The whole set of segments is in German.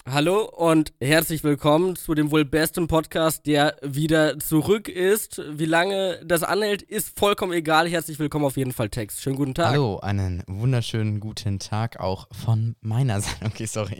Hallo und herzlich willkommen zu dem wohl besten Podcast, der wieder zurück ist. Wie lange das anhält, ist vollkommen egal. Herzlich willkommen auf jeden Fall, Text. Schönen guten Tag. Hallo, einen wunderschönen guten Tag auch von meiner Seite. Okay, sorry.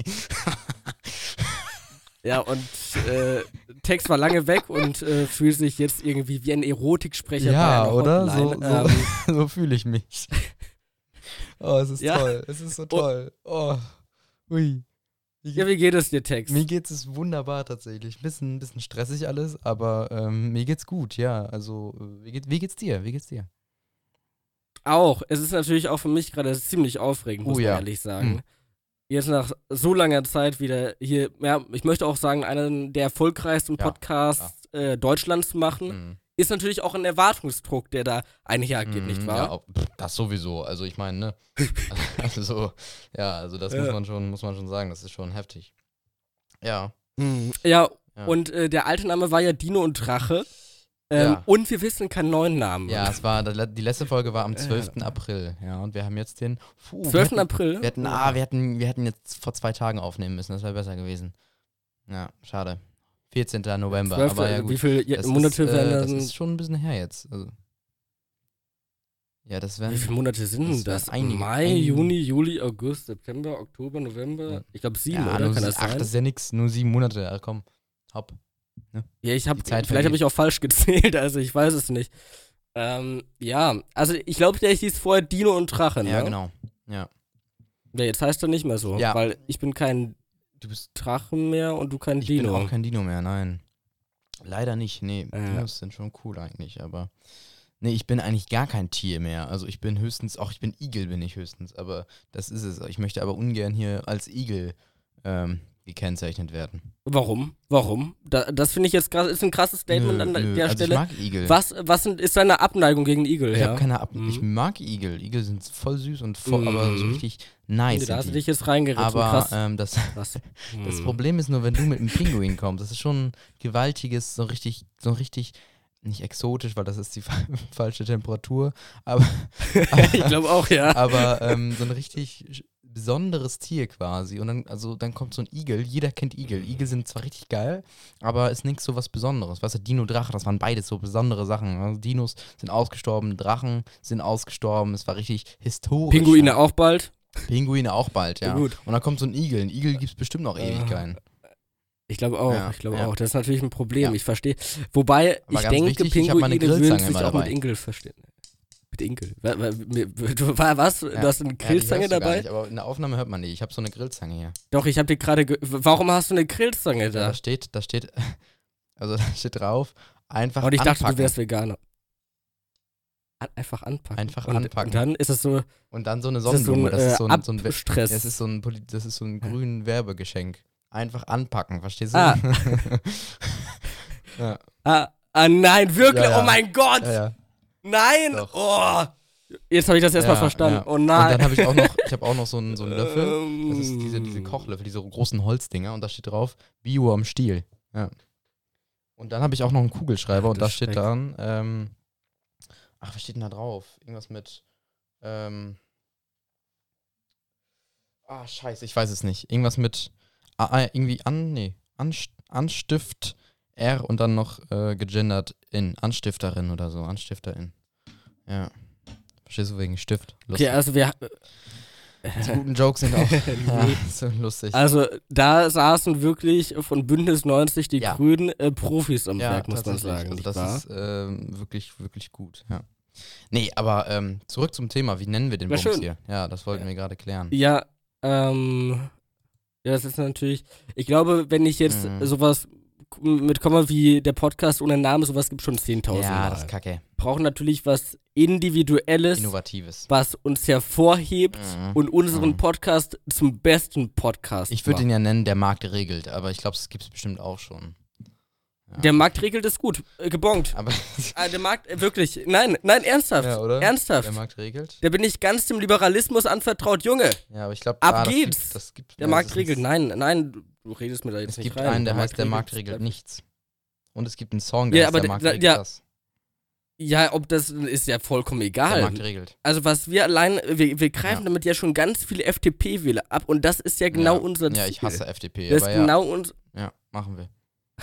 Ja, und Text war lange weg und fühlt sich jetzt irgendwie wie ein Erotiksprecher bei Ja, einer oder? Hotline. So fühle ich mich. Oh, es ist Ja. toll. Es ist so toll. Oh, ui. Ja, wie geht es dir, Text? Mir geht es wunderbar tatsächlich. Bisschen stressig alles, aber mir geht's gut, ja. Also, wie geht's dir? Wie geht's dir? Auch. Es ist natürlich auch für mich gerade ziemlich aufregend, muss man Ja. ehrlich sagen. Jetzt nach so langer Zeit wieder hier, ja, ich möchte auch sagen, einen der erfolgreichsten Ja, Podcasts Deutschlands zu machen, Mhm. ist natürlich auch ein Erwartungsdruck, der da einhergeht, nicht wahr? Ja, das sowieso. Also ich meine, ne? Also, ja, also das Ja. muss man schon sagen, das ist schon heftig. Ja. Ja, Ja. und der alte Name war ja Dino und Drache. Ja. Und wir wissen keinen neuen Namen. Ja, die letzte Folge war am 12. April, ja, und wir haben jetzt den 12. April? Wir hätten jetzt vor 2 Tagen aufnehmen müssen, das wäre besser gewesen. Ja, schade. 14. November, 12. aber ja gut. Wie viele Das Monate werden das dann? ist schon ein bisschen her jetzt. Also, ja, das wären. Wie viele Monate sind denn das das? wären einige. Mai, Juni, Juli, August, September, Oktober, November. Ja. Ich glaube 7, Ja, oder? nur Kann sie- das ach, sein? das ist ja nix, nur 7 Monate, ja, komm. Hopp. Ja, Die Zeit vielleicht habe vergeht. ich auch falsch gezählt, also ich weiß es nicht. Ja, also ich glaube, der hieß vorher Dino und Drache, ne? Ja, genau. Ja. Ja, jetzt heißt er nicht mehr so, Ja. weil ich bin kein Du bist. Drache mehr und du kein Ich bin Dino. auch kein Dino mehr, nein. Leider nicht, nee. Ja. Dinos sind schon cool eigentlich, aber. Nee, ich bin eigentlich gar kein Tier mehr. Also ich bin höchstens, auch ich bin Igel bin ich höchstens, aber das ist es. Ich möchte aber ungern hier als Igel gekennzeichnet werden. Warum? Das finde ich jetzt krass, ist ein krasses Statement an der also Stelle. ich mag Igel. Ist deine Abneigung gegen Igel? Ich ja? habe keine Mhm. Ich mag Igel. Igel sind voll süß und voll, aber so Mhm. richtig nice. Da sind hast du die. dich jetzt reingeritten, aber krass. das krass. Das Mhm. Problem ist nur, wenn du mit einem Pinguin kommst, das ist schon ein gewaltiges, so richtig, nicht exotisch, weil das ist die falsche Temperatur, aber, Ich glaube auch, ja. aber so ein richtig besonderes Tier quasi. Und dann kommt so ein Igel, jeder kennt Igel. Igel sind zwar richtig geil, aber ist nichts so was Besonderes. Weißt du, Dino, Drache, das waren beides so besondere Sachen. Also Dinos sind ausgestorben, Drachen sind ausgestorben, es war richtig historisch. Pinguine auch bald. Pinguine auch bald, ja. Gut. Und dann kommt so ein Igel. Ein Igel gibt es bestimmt noch Ewigkeiten. Ich glaube auch, Ja, ja. Das ist natürlich ein Problem, Ja. ich verstehe. Wobei, Aber ich ganz denke, wichtig, ich hab meine Pinguine würden Grillzange sich immer auch mit dabei. Igel verstehen. Mit Igel? Was? Du hast eine Ja, die Grillzange hörst du gar dabei? nicht, aber in der Aufnahme hört man die. Ich habe so eine Grillzange hier. Doch, ich habe dir gerade. Warum hast du eine Grillzange Ja, da? da steht, also da steht drauf, einfach Und ich dachte, anpacken. du wärst Veganer. Einfach anpacken. Einfach und, anpacken. Und dann ist es so. Und dann so eine Ist das Sonnenblume. Das ist so ein, Abstress. das ist so ein grün Werbegeschenk. Einfach anpacken, verstehst du? Ah. ja. Nein, wirklich? Ja, ja. Oh mein Gott! Ja. Nein! Doch. Oh! Jetzt habe ich das erstmal Ja, verstanden. ja. Oh Und nein. dann habe ich auch noch so einen Löffel. Das ist diese Kochlöffel, diese großen Holzdinger. Und da steht drauf, Bio am Stiel. Ja. Und dann habe ich auch noch einen Kugelschreiber. Ach, und da das steht schmeckt. dann, was steht denn da drauf? Irgendwas mit, scheiße, ich weiß es nicht. Irgendwas mit, Anstift R und dann noch gegendert in. Anstifterin oder so. Anstifterin. Ja. Verstehst du, wegen Stift? Okay, also wir. Die guten Jokes sind auch so lustig. Also da saßen wirklich von Bündnis 90 die Ja. Grünen Profis am Ja, Werk, muss man tatsächlich. sagen. Also nicht das wahr? ist wirklich, wirklich gut, ja. Nee, aber zurück zum Thema. Wie nennen wir den Wär Bums schön. hier? Ja, das wollten wir gerade klären. Ja, das ist natürlich. Ich glaube, wenn ich jetzt Mhm. sowas mitkomme wie der Podcast ohne Namen, sowas gibt schon 10.000 Ja, Mal. das ist kacke. Brauchen natürlich was Individuelles, Innovatives. was uns hervorhebt Mhm. und unseren Mhm. Podcast zum besten Podcast Ich würde macht. ihn ja nennen, der Markt regelt, aber ich glaube, es gibt es bestimmt auch schon. Ja. Der Markt regelt es gut, gebongt. Aber Der Markt, wirklich, nein, ernsthaft. ja, oder? Ernsthaft. Der Markt regelt? Da bin ich ganz dem Liberalismus anvertraut, Junge. Ja, aber ich glaube, Ab geht's. Das gibt, Der ja, Markt das regelt, ist- nein, du redest mir da jetzt Es nicht gibt rein. einen, der heißt, der Markt regelt nichts. Und es gibt einen Song, der Ja, heißt, aber der Markt da- regelt ja. das. Ja, ob das ist ja vollkommen Der egal. Markt regelt. Also was wir greifen damit ja schon ganz viele FDP-Wähler ab und das ist ja genau unser Ziel. Ja, ich hasse FDP, Das aber ist ja. genau uns. Ja, machen wir.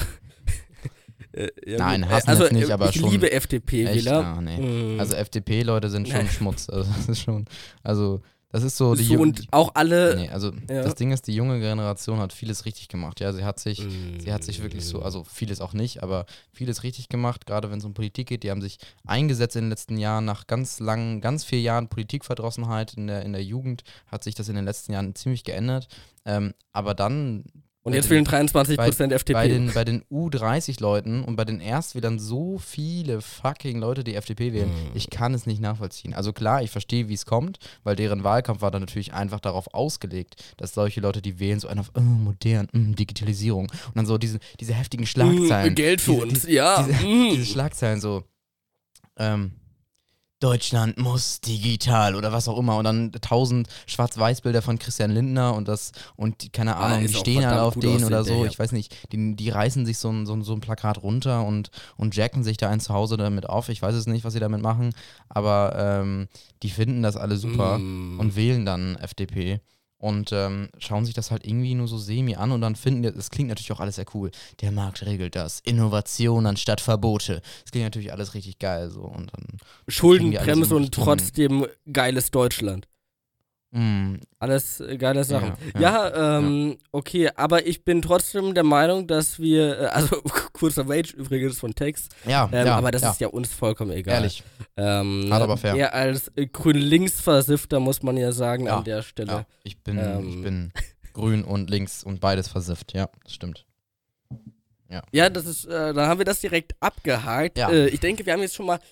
Ja, Nein, gut. hassen Also jetzt nicht, aber ich schon. liebe Echt? FDP-Wähler. Ah, nee. Also FDP-Leute sind schon Schmutz. Also das ist schon, das ist so die So, und auch alle. Nee, also Ja. das Ding ist, die junge Generation hat vieles richtig gemacht. Ja, sie hat sich wirklich so, also vieles auch nicht, aber vieles richtig gemacht, gerade wenn es um Politik geht. Die haben sich eingesetzt in den letzten Jahren, nach ganz vielen Jahren Politikverdrossenheit in der Jugend hat sich das in den letzten Jahren ziemlich geändert. Aber dann Und jetzt wählen 23% FDP. bei den U30-Leuten und bei den Erstwählern so viele fucking Leute, die FDP wählen, ich kann es nicht nachvollziehen. Also klar, ich verstehe, wie es kommt, weil deren Wahlkampf war dann natürlich einfach darauf ausgelegt, dass solche Leute, die wählen, so einen auf modern, Digitalisierung und dann so diese heftigen Schlagzeilen. Geld für uns, ja. Diese Schlagzeilen so, Deutschland muss digital oder was auch immer und dann 1000 Schwarz-Weiß-Bilder von Christian Lindner und keine Ahnung, die ist auch stehen alle verdammt auf gut denen oder aussehen, so, ja. ich weiß nicht, die reißen sich so ein Plakat runter und jacken sich da ein Zuhause damit auf, ich weiß es nicht, was sie damit machen, aber die finden das alle super und wählen dann FDP. Und schauen sich das halt irgendwie nur so semi an und dann finden die, das klingt natürlich auch alles sehr cool. Der Markt regelt das. Innovation anstatt Verbote. Das klingt natürlich alles richtig geil so. Und dann Schuldenbremse so und Richtung- trotzdem geiles Deutschland. Alles geile Sachen. Okay, aber ich bin trotzdem der Meinung, dass wir, also kurzer Rage übrigens von Text, aber das ist ja uns vollkommen egal. Ehrlich. Hart, aber fair. Er als Grün-Links-Versifter muss man ja sagen an der Stelle. Ja, ich bin grün und links und beides versifft, ja, das stimmt. Ja, das ist, da haben wir das direkt abgehakt. Ja. Ich denke, wir haben jetzt schon mal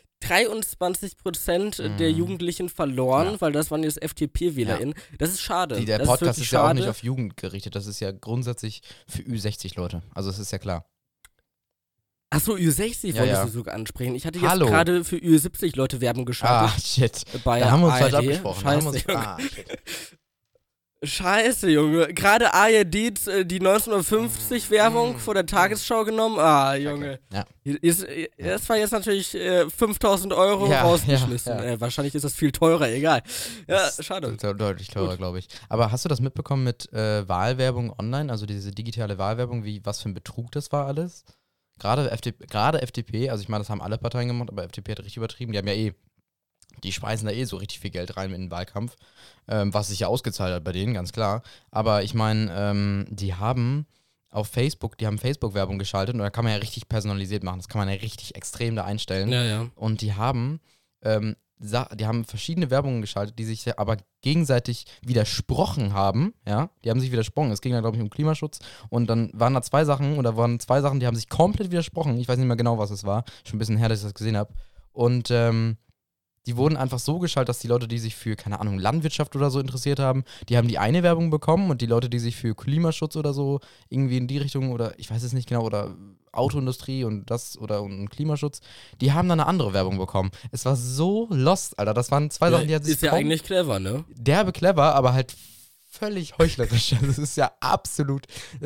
23% der Jugendlichen verloren, weil das waren jetzt FDP-WählerInnen. Das ist schade. Der das Podcast ist ja schade. auch nicht auf Jugend gerichtet, das ist ja grundsätzlich für Ü60-Leute, also es ist ja klar. Achso, Ü60 Ja, wolltest ja. du sogar ansprechen. Ich hatte jetzt Hallo. gerade für Ü70 Leute Werbung geschaltet. Shit. Bei Da haben wir uns falsch ARD. abgesprochen. Scheiße, Scheiße, Junge. Gerade ARD die 1950-Werbung vor der Tagesschau genommen. Junge. Ja. Das war jetzt natürlich 5.000 Euro Ja, rausgeschmissen. ja. Wahrscheinlich ist das viel teurer, egal. Ja, schade. Das ist deutlich teurer, glaube ich. Aber hast du das mitbekommen mit Wahlwerbung online, also diese digitale Wahlwerbung, was für ein Betrug das war alles? Gerade FDP, also ich meine, das haben alle Parteien gemacht, aber FDP hat richtig übertrieben. Die haben ja die speisen da so richtig viel Geld rein in den Wahlkampf, was sich ja ausgezahlt hat bei denen, ganz klar. Aber ich meine, die haben Facebook-Werbung geschaltet und da kann man ja richtig personalisiert machen. Das kann man ja richtig extrem da einstellen. Ja. Und die haben verschiedene Werbungen geschaltet, die sich aber gegenseitig widersprochen haben, ja, die haben sich widersprochen, es ging da glaube ich um Klimaschutz und dann waren zwei Sachen, die haben sich komplett widersprochen, ich weiß nicht mehr genau, was es war, schon ein bisschen her, dass ich das gesehen habe und die wurden einfach so geschaltet, dass die Leute, die sich für, keine Ahnung, Landwirtschaft oder so interessiert haben, die haben die eine Werbung bekommen und die Leute, die sich für Klimaschutz oder so irgendwie in die Richtung oder ich weiß es nicht genau oder Autoindustrie und Klimaschutz, die haben dann eine andere Werbung bekommen. Es war so lost, Alter. Das waren zwei Sachen, die hat sich ist ja eigentlich clever, ne? derbe clever, aber halt völlig heuchlerisch. Das ist ja absolut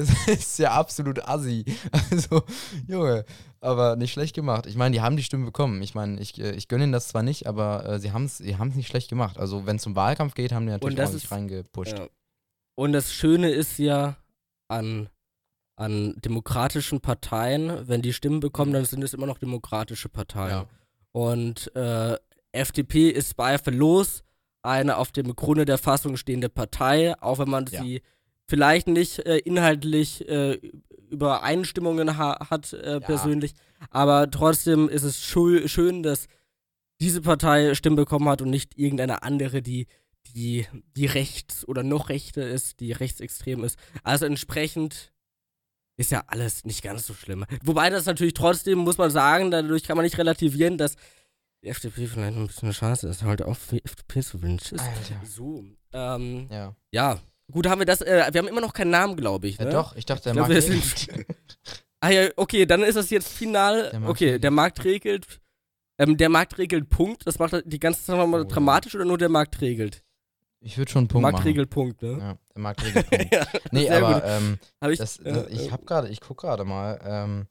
assi. Also, Junge, aber nicht schlecht gemacht. Ich meine, die haben die Stimme bekommen. Ich meine, ich gönne ihnen das zwar nicht, aber sie haben es nicht schlecht gemacht. Also, wenn es zum Wahlkampf geht, haben die natürlich ordentlich reingepusht. Ja. Und das Schöne ist ja an demokratischen Parteien, wenn die Stimmen bekommen, dann sind es immer noch demokratische Parteien. Ja. Und FDP ist zweifellos eine auf dem Grunde der Fassung stehende Partei, auch wenn man sie vielleicht nicht inhaltlich Übereinstimmungen hat persönlich, aber trotzdem ist es schön, dass diese Partei Stimmen bekommen hat und nicht irgendeine andere, die rechts oder noch rechter ist, die rechtsextrem ist. Also entsprechend ist ja alles nicht ganz so schlimm. Wobei das natürlich trotzdem, muss man sagen, dadurch kann man nicht relativieren, dass die FDP vielleicht ein bisschen scheiße ist, halt auch für FDP zu wünschen. Alter. So, Ja. Gut, haben wir das, wir haben immer noch keinen Namen, glaube ich, ne? Doch, ich dachte, der glaub, Markt wir regelt. Ja, okay, dann ist das jetzt final. Der Markt regelt. Der Markt regelt, Punkt. Das macht die ganze Zeit nochmal dramatisch oder nur der Markt regelt? Ich würde schon einen Punkt Markt machen. regelt, Punkt, ne? Ja, der Markt regelt Punkt. Ja, nee, sehr aber gut. ich gucke gerade mal,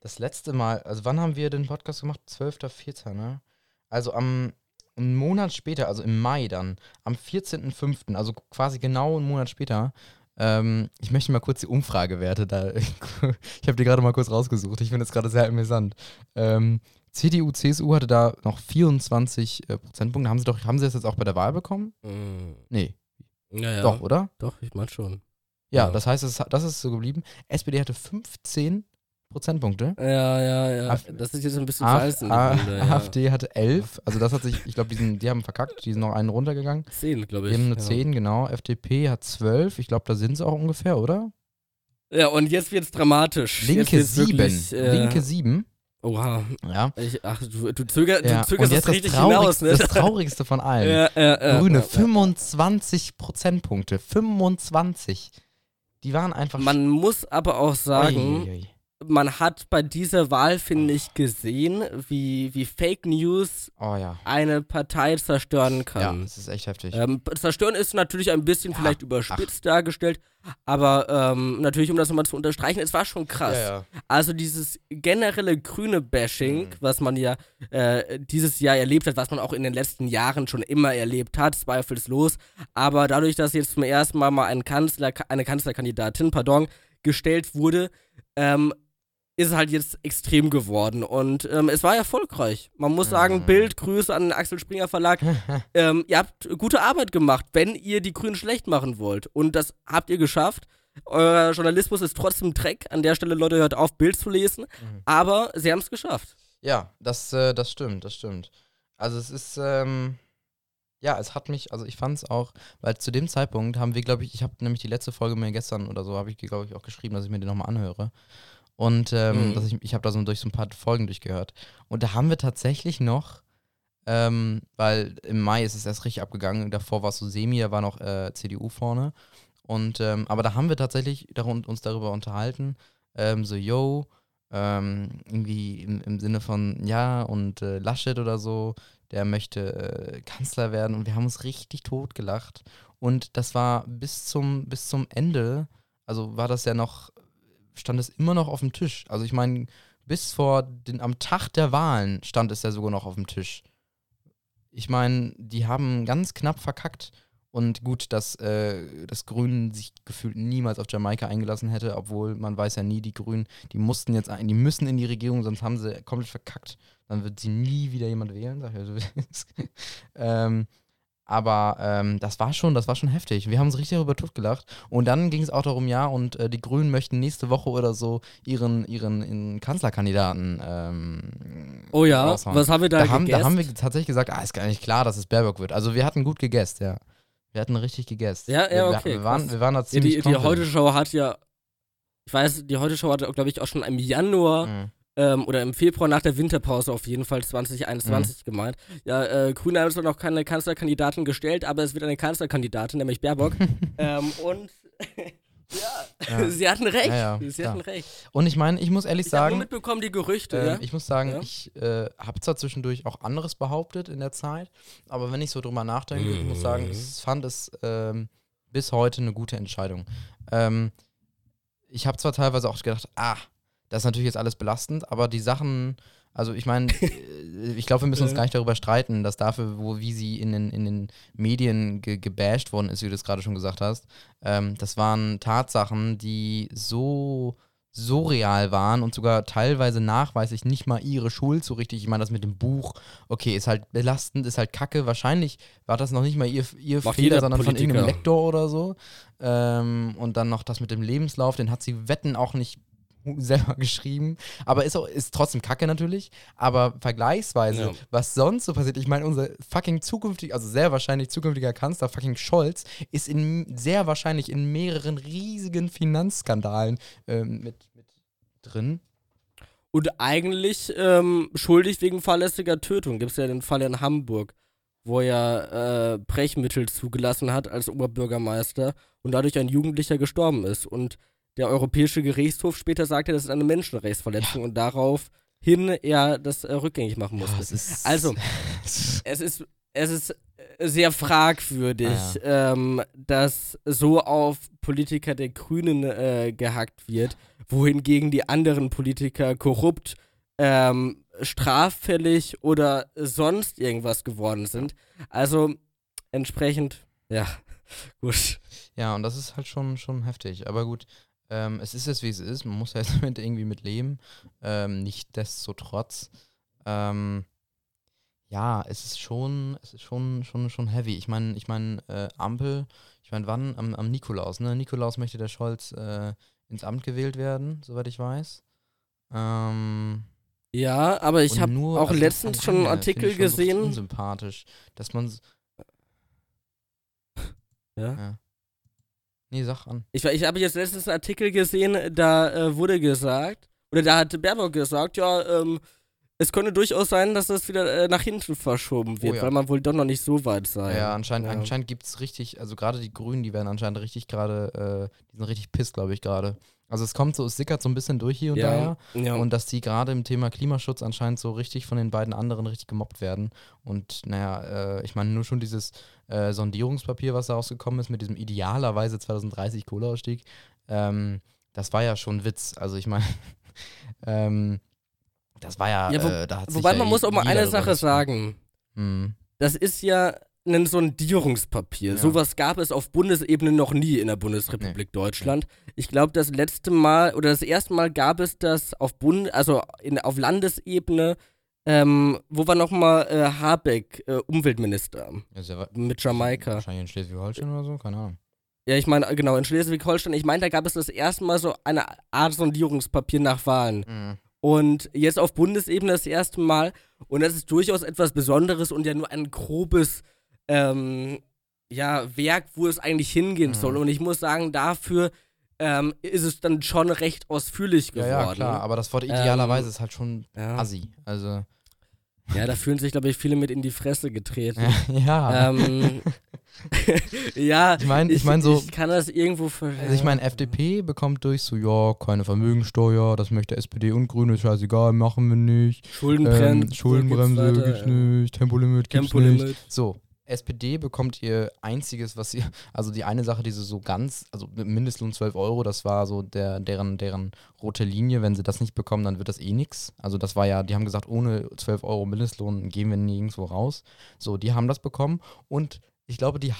Das letzte Mal, also wann haben wir den Podcast gemacht? 12.04., ne? Also einen Monat später, also im Mai dann, am 14.05., also quasi genau einen Monat später. Ich möchte mal kurz die Umfragewerte da. Ich habe die gerade mal kurz rausgesucht. Ich finde es gerade sehr amüsant. CDU, CSU hatte da noch 24 Prozentpunkte. Haben sie das jetzt auch bei der Wahl bekommen? Nee. Ja. Doch, oder? Doch, ich meine schon. Ja, das heißt, das ist so geblieben. SPD hatte 15 Prozentpunkte. Ja. Das ist jetzt ein bisschen falsch in der Runde, ja. AfD hatte 11. Also das hat sich, ich glaube, die haben verkackt. Die sind noch einen runtergegangen. 10, glaube ich. Die haben nur 10, genau. FDP hat 12. Ich glaube, da sind sie auch ungefähr, oder? Ja, und jetzt wird's dramatisch. Linke 7. Wirklich, Linke 7. Oha. Ja. Du zögerst das richtig hinaus, ne? Das Traurigste von allen. Grüne, 25 Prozentpunkte. 25. Die waren einfach... Man muss aber auch sagen, man hat bei dieser Wahl, finde ich, gesehen, wie Fake News eine Partei zerstören kann. Ja, das ist echt heftig. Zerstören ist natürlich ein bisschen vielleicht überspitzt dargestellt, aber natürlich, um das nochmal zu unterstreichen, es war schon krass. Ja. Also dieses generelle grüne Bashing, was man ja dieses Jahr erlebt hat, was man auch in den letzten Jahren schon immer erlebt hat, zweifellos, aber dadurch, dass jetzt zum ersten Mal eine Kanzlerkandidatin, gestellt wurde, ist es halt jetzt extrem geworden und es war erfolgreich. Man muss sagen, Bild, Grüße an den Axel Springer Verlag. Ihr habt gute Arbeit gemacht, wenn ihr die Grünen schlecht machen wollt und das habt ihr geschafft. Euer Journalismus ist trotzdem Dreck. An der Stelle, Leute, hört auf, Bild zu lesen, aber sie haben es geschafft. Ja, das stimmt. Also es ist, es hat mich, also ich fand es auch, weil zu dem Zeitpunkt haben wir, glaube ich habe nämlich die letzte Folge mir gestern oder so, habe ich, glaube ich, auch geschrieben, dass ich mir die nochmal anhöre. Und ich habe da so durch so ein paar Folgen durchgehört. Und da haben wir tatsächlich noch, weil im Mai ist es erst richtig abgegangen, davor war es so semi, da war noch CDU vorne. Und aber da haben wir tatsächlich uns darüber unterhalten, irgendwie im Sinne von, und Laschet oder so, der möchte Kanzler werden. Und wir haben uns richtig tot gelacht. Und das war bis zum Ende, also war das ja noch, stand es immer noch auf dem Tisch. Also ich meine, am Tag der Wahlen stand es ja sogar noch auf dem Tisch. Ich meine, die haben ganz knapp verkackt. Und gut, dass Grünen sich gefühlt niemals auf Jamaika eingelassen hätte, obwohl man weiß ja nie, die Grünen, die müssen in die Regierung, sonst haben sie komplett verkackt. Dann wird sie nie wieder jemand wählen, sag ich ja. Aber das war schon heftig. Wir haben uns richtig darüber totgelacht. Und dann ging es auch darum, die Grünen möchten nächste Woche oder so ihren Kanzlerkandidaten raushauen. Was haben wir da gegessen? Da haben wir tatsächlich gesagt, ist gar nicht klar, dass es Baerbock wird. Also wir hatten gut gegessen, ja. Wir hatten richtig gegessen. Ja, okay. Wir waren da ziemlich die Heute-Show hat ja, die Heute-Show hat, glaube ich, auch schon im Januar oder im Februar nach der Winterpause auf jeden Fall 2021 gemeint. Ja, Grüne haben zwar noch keine Kanzlerkandidaten gestellt, aber es wird eine Kanzlerkandidatin, nämlich Baerbock. Und sie hatten recht. Ja, sie hatten recht. Und ich meine, ich muss ehrlich sagen, ich habe nur mitbekommen die Gerüchte. Ich muss sagen, ich habe zwar zwischendurch auch anderes behauptet in der Zeit, aber wenn ich so drüber nachdenke, ich muss sagen, ich fand es bis heute eine gute Entscheidung. Ich habe zwar teilweise auch gedacht, das ist natürlich jetzt alles belastend, aber die Sachen, also ich meine, ich glaube, wir müssen uns gar nicht darüber streiten, dass dafür, wie sie in den Medien gebasht worden ist, wie du es gerade schon gesagt hast, das waren Tatsachen, die so real waren und sogar teilweise nachweislich nicht mal ihre Schuld so richtig. Ich meine, das mit dem Buch, okay, ist halt belastend, ist halt kacke. Wahrscheinlich war das noch nicht mal ihr Fehler, sondern von irgendeinem Lektor oder so. Und dann noch das mit dem Lebenslauf, den hat sie Wetten auch nicht selber geschrieben, aber ist trotzdem kacke natürlich, aber vergleichsweise, was sonst so passiert, ich meine, unser fucking sehr wahrscheinlich zukünftiger Kanzler, fucking Scholz, ist sehr wahrscheinlich in mehreren riesigen Finanzskandalen mit drin. Und eigentlich schuldig wegen fahrlässiger Tötung. Gibt es ja den Fall in Hamburg, wo er Brechmittel zugelassen hat als Oberbürgermeister und dadurch ein Jugendlicher gestorben ist. Und der Europäische Gerichtshof später sagte, das ist eine Menschenrechtsverletzung und daraufhin er das rückgängig machen musste. Es ist es ist sehr fragwürdig, dass so auf Politiker der Grünen gehackt wird, wohingegen die anderen Politiker korrupt, straffällig oder sonst irgendwas geworden sind. Also entsprechend, ja, gut. Ja, und das ist halt schon heftig. Aber gut, es ist jetzt, wie es ist. Man muss ja jetzt damit irgendwie mit leben. Nichtsdestotrotz, ja, es ist schon heavy. Ich meine, Ampel, wann? Am Nikolaus, ne? Nikolaus möchte der Scholz ins Amt gewählt werden, soweit ich weiß. Ja, aber ich habe auch also letztens schon einen Artikel gesehen. Unsympathisch, dass man. Ja. Nee, sag an. Ich habe jetzt letztens einen Artikel gesehen, da wurde gesagt, oder da hat Baerbock gesagt, ja, es könnte durchaus sein, dass das wieder nach hinten verschoben wird, weil man wohl doch noch nicht so weit sei. Ja, anscheinend gibt es richtig, also gerade die Grünen, die werden anscheinend richtig gerade, die sind richtig piss, glaube ich, gerade. Also es sickert so ein bisschen durch hier und da. Ja. Und dass die gerade im Thema Klimaschutz anscheinend so richtig von den beiden anderen richtig gemobbt werden. Und naja, ich meine, nur schon dieses Sondierungspapier, was da rausgekommen ist, mit diesem idealerweise 2030 Kohleausstieg, das war ja schon Witz. Also ich meine, das war ja, da hat wobei sich man muss auch mal eine Sache sagen. Hm. Das ist ja ein Sondierungspapier. Ja. Sowas gab es auf Bundesebene noch nie in der Bundesrepublik Deutschland. Ich glaube, das erste Mal gab es das auf auf Landesebene, wo war nochmal Habeck, Umweltminister, mit Jamaika. Wahrscheinlich in Schleswig-Holstein oder so, keine Ahnung. Ja, ich meine, genau, in Schleswig-Holstein. Ich meine, da gab es das erste Mal so eine Art Sondierungspapier nach Wahlen. Mhm. Und jetzt auf Bundesebene das erste Mal. Und das ist durchaus etwas Besonderes und ja nur ein grobes Werk, wo es eigentlich hingehen soll. Und ich muss sagen, dafür ist es dann schon recht ausführlich geworden. Ja, klar, aber das Wort idealerweise ist halt schon assi. Also. Ja, da fühlen sich, glaube ich, viele mit in die Fresse getreten. Ja. Ja, ich meine so. Ich kann das irgendwo verstehen. Also ich meine, FDP bekommt durch so, ja, keine Vermögensteuer, das möchte SPD und Grüne, scheißegal, machen wir nicht. Schuldenbremse gibt's nicht, Tempolimit gibt's nicht. So, SPD bekommt ihr einziges, was sie, also die eine Sache, die sie so ganz, also mit Mindestlohn 12 Euro, das war so deren rote Linie, wenn sie das nicht bekommen, dann wird das eh nix. Also das war ja, die haben gesagt, ohne 12 Euro Mindestlohn gehen wir nirgendwo raus. So, die haben das bekommen und ich glaube, die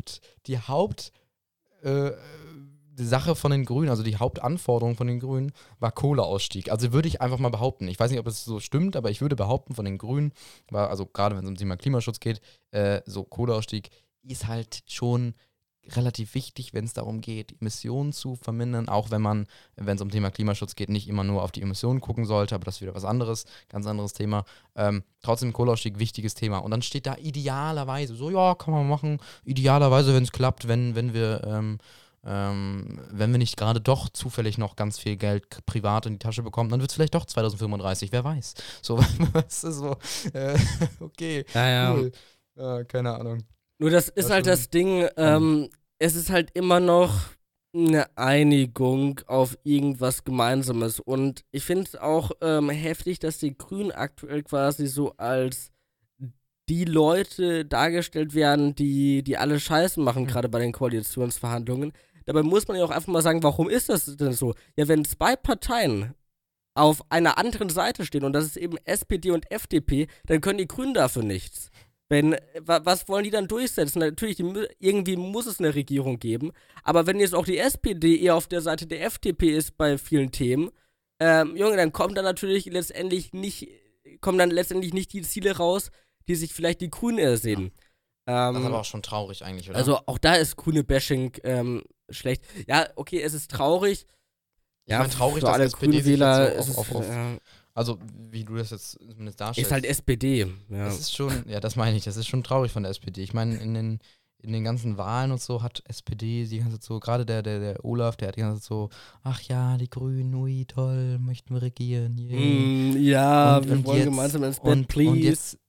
Sache von den Grünen, also die Hauptanforderung von den Grünen, war Kohleausstieg. Also würde ich einfach mal behaupten, ich weiß nicht, ob es so stimmt, aber ich würde behaupten, von den Grünen, also gerade wenn es um das Thema Klimaschutz geht, so Kohleausstieg ist halt schon relativ wichtig, wenn es darum geht, Emissionen zu vermindern, auch wenn es um Thema Klimaschutz geht, nicht immer nur auf die Emissionen gucken sollte, aber das ist wieder was anderes, ganz anderes Thema. Trotzdem Kohleausstieg, wichtiges Thema. Und dann steht da idealerweise, so ja, kann man machen, idealerweise, wenn es klappt, wenn wir nicht gerade doch zufällig noch ganz viel Geld privat in die Tasche bekommen, dann wird es vielleicht doch 2035, wer weiß. So, was ist so, okay, cool. Keine Ahnung. Nur das ist halt das Ding, es ist halt immer noch eine Einigung auf irgendwas Gemeinsames. Und ich finde es auch heftig, dass die Grünen aktuell quasi so als die Leute dargestellt werden, die alle Scheiße machen, gerade bei den Koalitionsverhandlungen. Dabei muss man ja auch einfach mal sagen, warum ist das denn so? Ja, wenn zwei Parteien auf einer anderen Seite stehen, und das ist eben SPD und FDP, dann können die Grünen dafür nichts. Was wollen die dann durchsetzen? Natürlich, irgendwie muss es eine Regierung geben, aber wenn jetzt auch die SPD eher auf der Seite der FDP ist bei vielen Themen, Junge, dann kommen dann letztendlich nicht die Ziele raus, die sich vielleicht die Grünen ersehen. Das ist aber auch schon traurig eigentlich, oder? Also auch da ist grüne Bashing schlecht. Ja, okay, es ist traurig. Ich meine, traurig, für dass alle SPD so auf also, wie du das jetzt zumindest darstellst. Ist halt SPD. Ja. Das ist schon, ja, das meine ich, das ist schon traurig von der SPD. Ich meine, in den ganzen Wahlen und so hat SPD die ganze Zeit so, gerade der Olaf, der hat die ganze Zeit so, ach ja, die Grünen, ui, toll, möchten wir regieren. Yeah. Ja, wir wollen gemeinsam ins Bett, please. Und jetzt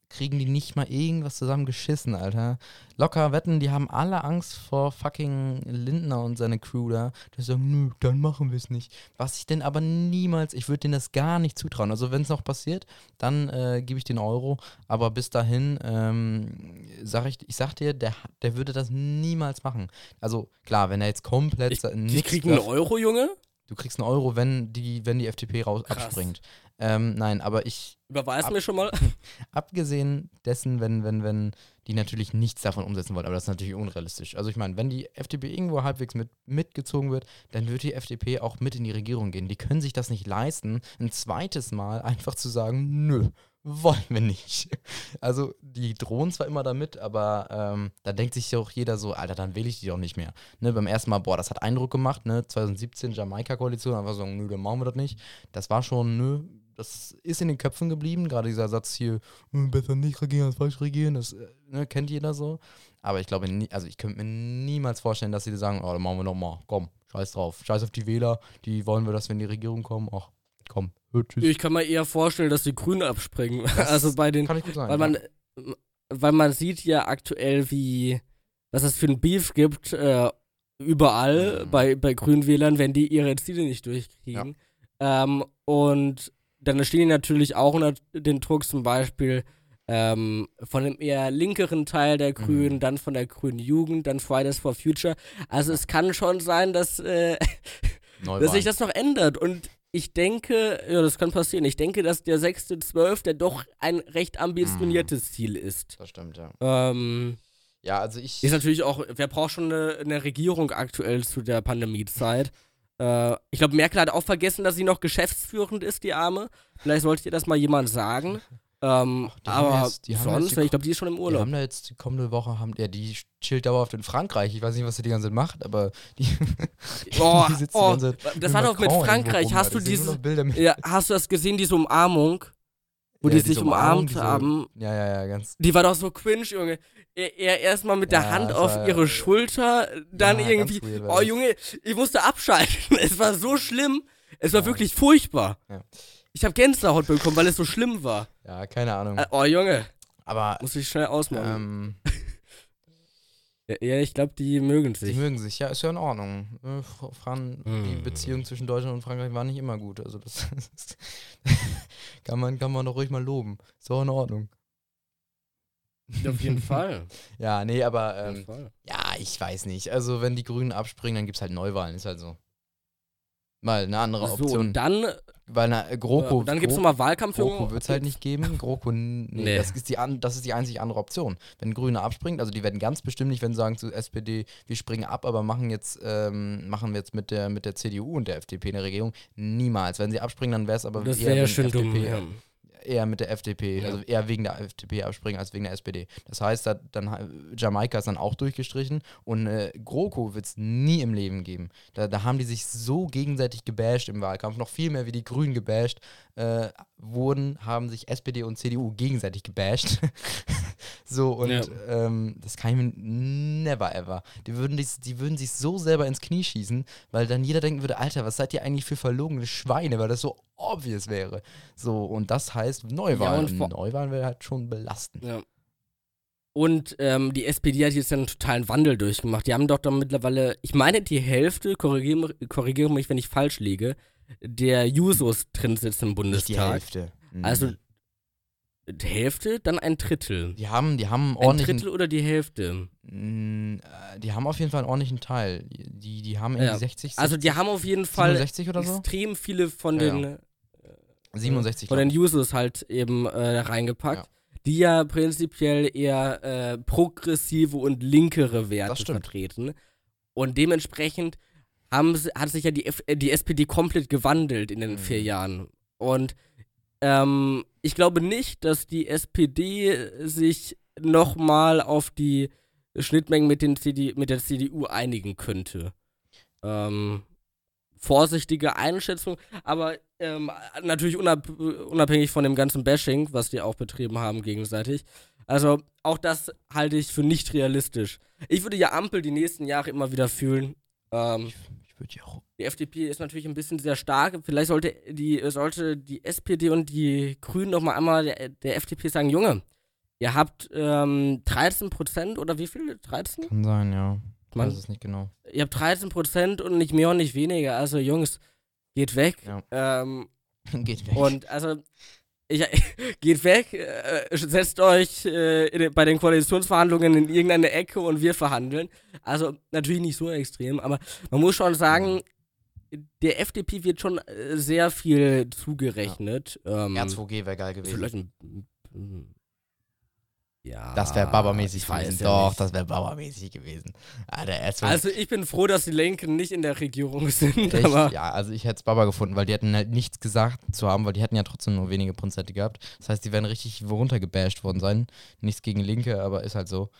kriegen die nicht mal irgendwas zusammengeschissen, Alter. Locker wetten, die haben alle Angst vor fucking Lindner und seine Crew da. Die sagen, nö, dann machen wir es nicht. Was ich denn aber niemals, ich würde denen das gar nicht zutrauen. Also wenn es noch passiert, dann gebe ich den Euro. Aber bis dahin, ich sag dir, der würde das niemals machen. Also klar, wenn er jetzt komplett Die kriegen einen Euro, Junge? Du kriegst einen Euro, wenn die FDP abspringt. Nein, aber ich... Überweis mir schon mal. Abgesehen dessen, wenn die natürlich nichts davon umsetzen wollen, aber das ist natürlich unrealistisch. Also ich meine, wenn die FDP irgendwo halbwegs mitgezogen wird, dann wird die FDP auch mit in die Regierung gehen. Die können sich das nicht leisten, ein zweites Mal einfach zu sagen, nö, wollen wir nicht. Also die drohen zwar immer damit, aber da denkt sich auch jeder so, Alter, dann wähle ich die doch nicht mehr. Ne, beim ersten Mal, boah, das hat Eindruck gemacht, ne, 2017 Jamaika-Koalition, einfach so, nö, dann machen wir das nicht. Das war schon, nö, das ist in den Köpfen geblieben, gerade dieser Satz hier, besser nicht regieren als falsch regieren, das kennt jeder so. Aber ich glaube, ich könnte mir niemals vorstellen, dass sie sagen, oh, dann machen wir nochmal, komm, scheiß drauf, scheiß auf die Wähler, die wollen wir, dass wir in die Regierung kommen, ach, komm, tschüss. Ich kann mir eher vorstellen, dass die Grünen abspringen. Also bei den, kann ich gut sagen, weil man sieht ja aktuell, was es für ein Beef gibt, überall bei grünen Wählern, wenn die ihre Ziele nicht durchkriegen. Ja. Und dann stehen die natürlich auch unter den Druck, zum Beispiel von dem eher linkeren Teil der Grünen, dann von der grünen Jugend, dann Fridays for Future. Also es kann schon sein, dass sich das noch ändert. Und ich denke, ja, das kann passieren. Ich denke, dass der 6.12. doch ein recht ambitioniertes Ziel ist. Das stimmt, ja. Ja, also ist natürlich auch, wer braucht schon eine Regierung aktuell zu der Pandemiezeit? Ich glaube, Merkel hat auch vergessen, dass sie noch geschäftsführend ist, die Arme. Vielleicht sollte ihr das mal jemand sagen. Aber sonst, ich glaube, die ist schon im Urlaub. Die haben da jetzt die kommende Woche, die chillt dauerhaft in Frankreich. Ich weiß nicht, was sie die ganze Zeit macht, aber die sitzt die ganze Zeit das war doch mit Frankreich. Hast du hast du das gesehen, diese Umarmung? Wo die sich umarmt haben. Ja, ganz. Die war doch so cringe, Junge. Er erstmal mit der Hand auf ihre Schulter, dann irgendwie, oh Junge, ich musste abschalten. Es war so schlimm. Es war wirklich furchtbar. Ja. Ich habe Gänsehaut bekommen, weil es so schlimm war. Ja, keine Ahnung. Oh Junge. Aber muss ich schnell ausmachen. Ja, ich glaube, die mögen sich. Die mögen sich, ja, ist ja in Ordnung. Die Beziehung zwischen Deutschland und Frankreich war nicht immer gut. Also das kann man doch ruhig mal loben. Ist auch in Ordnung. Auf jeden Fall. Ja, nee, aber ja, ich weiß nicht. Also wenn die Grünen abspringen, dann gibt es halt Neuwahlen, ist halt so. Mal eine andere Option. So, und dann GroKo. Dann gibt es nochmal Wahlkampf. GroKo wird es halt nicht geben. GroKo, nee. Das ist die einzig andere Option. Wenn Grüne abspringen, also die werden ganz bestimmt nicht, wenn sie sagen zu SPD, wir springen ab, aber machen wir jetzt mit der CDU und der FDP eine Regierung. Niemals. Wenn sie abspringen, dann wäre es aber das eher schön dumm, ja. Eher mit der FDP, also eher wegen der FDP abspringen als wegen der SPD. Das heißt, Jamaika ist dann auch durchgestrichen und GroKo wird es nie im Leben geben. Da haben die sich so gegenseitig gebasht im Wahlkampf, noch viel mehr wie die Grünen gebasht haben sich SPD und CDU gegenseitig gebasht. So, und das kann ich mir never ever. Die würden sich so selber ins Knie schießen, weil dann jeder denken würde, Alter, was seid ihr eigentlich für verlogene Schweine, weil das so obvious wäre. So, und das heißt Neuwahlen. Ja, und Neuwahlen wäre halt schon belastend. Ja. Und die SPD hat jetzt einen totalen Wandel durchgemacht. Die haben doch dann mittlerweile, ich meine, die Hälfte, korrigiere mich, wenn ich falsch liege, der Jusos drin sitzen im Bundestag. Nicht die Hälfte. Also die Hälfte, dann ein Drittel. Die haben ordentlich. Ein Drittel oder die Hälfte? Die haben auf jeden Fall einen ordentlichen Teil. Die haben irgendwie 60, 70, also die haben auf jeden Fall oder so? Extrem viele von den 67 von den Jusos halt eben reingepackt, die ja prinzipiell eher progressive und linkere Werte vertreten. Und dementsprechend hat sich ja die SPD komplett gewandelt in den 4 Jahren. Und ich glaube nicht, dass die SPD sich nochmal auf die Schnittmengen mit der CDU einigen könnte. Vorsichtige Einschätzung, aber natürlich unabhängig von dem ganzen Bashing, was die auch betrieben haben gegenseitig. Also auch das halte ich für nicht realistisch. Ich würde ja Ampel die nächsten Jahre immer wieder fühlen. Ich würde ja auch. Die FDP ist natürlich ein bisschen sehr stark. Vielleicht sollte die SPD und die Grünen noch mal einmal der FDP sagen, Junge, Ihr habt 13% oder wie viel? 13? Kann sein, ja. Ich Man, weiß es nicht genau. ihr habt 13% und nicht mehr und nicht weniger. Also Jungs, geht weg. Ja. Und Geht weg. also, geht weg, setzt euch bei den Koalitionsverhandlungen in irgendeine Ecke und wir verhandeln. Also natürlich nicht so extrem, aber man muss schon sagen, der FDP wird schon sehr viel zugerechnet. R2G wäre geil gewesen. Vielleicht ja. Das wäre Baba-mäßig ich weiß gewesen. ja Doch, nicht. das wäre Baba-mäßig gewesen. Alter, R2G. Also ich bin froh, dass die Linken nicht in der Regierung sind, Echt? aber Ja, also ich hätte es Baba gefunden, weil die hätten halt nichts gesagt zu haben, weil die hätten ja trotzdem nur wenige Prozente gehabt. Das heißt, die wären richtig runtergebasht worden sein. Nichts gegen Linke, aber ist halt so.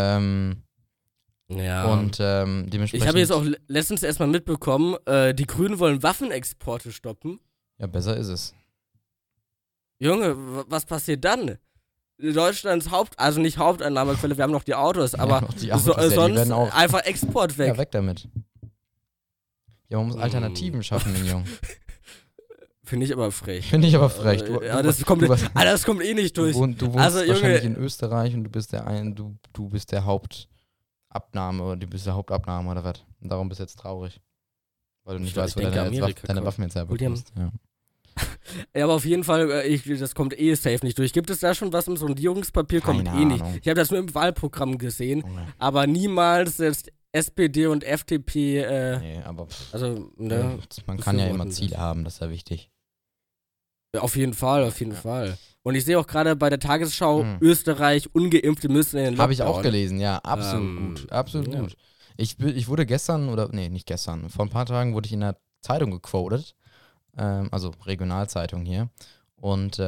ja. Und dementsprechend. Ich habe jetzt auch letztens erstmal mitbekommen, die Grünen wollen Waffenexporte stoppen. Ja, besser ist es. Junge, was passiert dann? Deutschlands also nicht Haupteinnahmequelle, wir haben noch die Autos, aber noch die Autos, ja, die sonst werden auch- einfach Export weg. Ja, weg damit. Ja, man muss Alternativen schaffen, Junge. Finde ich aber frech. Finde ich aber frech. Ja, das kommt eh nicht durch. Du wohnst Also, wahrscheinlich Junge, in Österreich und du bist der Hauptabnahme oder was. Und darum bist du jetzt traurig. Weil du nicht Ich weißt, wo denke, deine Amerika Waffen jetzt Obwohl die haben- herbekommst. Ja. ja, aber auf jeden Fall, das kommt eh safe nicht durch. Gibt es da schon was im Sondierungspapier? Kommt Keine eh nicht. Ahnung. Ich habe das nur im Wahlprogramm gesehen, Junge. aber niemals jetzt SPD und FDP, Nee, aber also, ne, man kann ja immer befürworten Ziele das. haben, das ist ja wichtig. Auf jeden Fall, auf jeden Fall. Und ich sehe auch gerade bei der Tagesschau, Hm. Österreich, Ungeimpfte müssen in den Lockdown. Habe ich auch gelesen, ja, absolut gut. Absolut ja. gut. Ich wurde gestern, nicht gestern, vor ein paar Tagen wurde ich in der Zeitung gequotet. Also Regionalzeitung hier. Und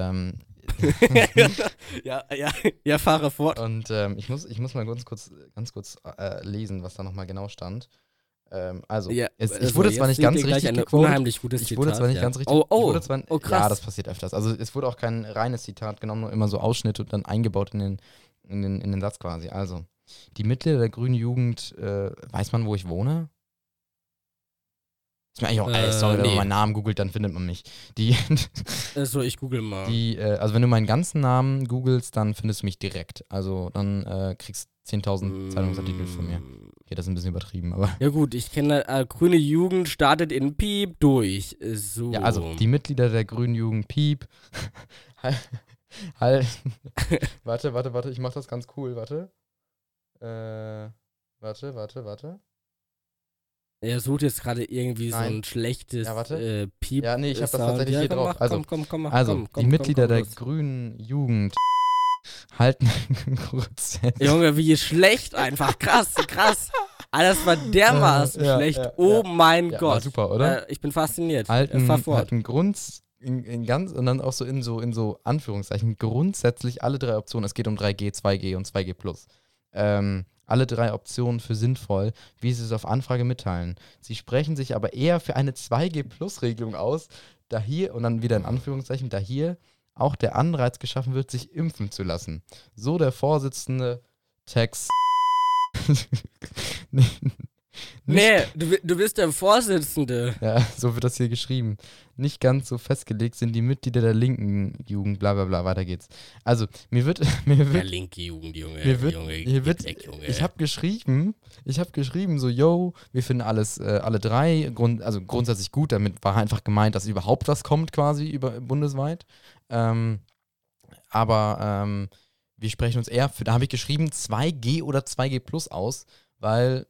ja, fahre fort. Und ich muss mal ganz kurz lesen, was da nochmal genau stand. Ja, ich wurde zwar jetzt nicht ganz seht ihr gleich richtig ein gequotet. unheimlich gutes Ich wurde Zitat, zwar nicht ja. ganz richtig. Oh, ich wurde zwar, krass. Ja, das passiert öfters. Also es wurde auch kein reines Zitat genommen, nur immer so Ausschnitte und dann eingebaut in den Satz quasi. Also, die Mitglieder der Grünen Jugend, weiß man, wo ich wohne? Ist mir eigentlich auch, sorry, wenn man meinen Namen googelt, dann findet man mich. So, ich google mal. Also wenn du meinen ganzen Namen googelst, dann findest du mich direkt. Also dann kriegst du 10.000 Zeitungsartikel von mir. Okay, das ist ein bisschen übertrieben, aber. Ja gut, ich kenne, Grüne Jugend startet in Piep durch. So. Ja, also die Mitglieder der Grünen Jugend Piep. Warte, ich mach das ganz cool, warte. Warte. Er sucht jetzt gerade irgendwie so ein schlechtes Piep. Ja, nee, ich hab das Sound. tatsächlich hier komm, drauf. mach, Also, komm, die Mitglieder der los. Grünen Jugend halten Junge, wie schlecht einfach. Krass. Alles war dermaßen schlecht. Oh mein Gott. War super, oder? Ich bin fasziniert. Halten und dann auch so in so Anführungszeichen grundsätzlich alle drei Optionen. Es geht um 3G, 2G und 2G+. Alle drei Optionen für sinnvoll, wie sie es auf Anfrage mitteilen. Sie sprechen sich aber eher für eine 2G-Plus-Regelung aus, da hier, und dann wieder in Anführungszeichen, da hier auch der Anreiz geschaffen wird, sich impfen zu lassen. So der Vorsitzende Tex. Nee, du bist der Vorsitzende. Ja, so wird das hier geschrieben. Nicht ganz so festgelegt sind die Mitglieder der linken Jugend, bla bla bla, weiter geht's. Also, mir wird Der linke Jugend, Junge. Ich habe geschrieben, so, yo, wir finden alles, alle drei, grundsätzlich gut, damit war einfach gemeint, dass überhaupt was kommt quasi bundesweit. Aber wir sprechen uns eher da habe ich geschrieben 2G oder 2G Plus aus, weil,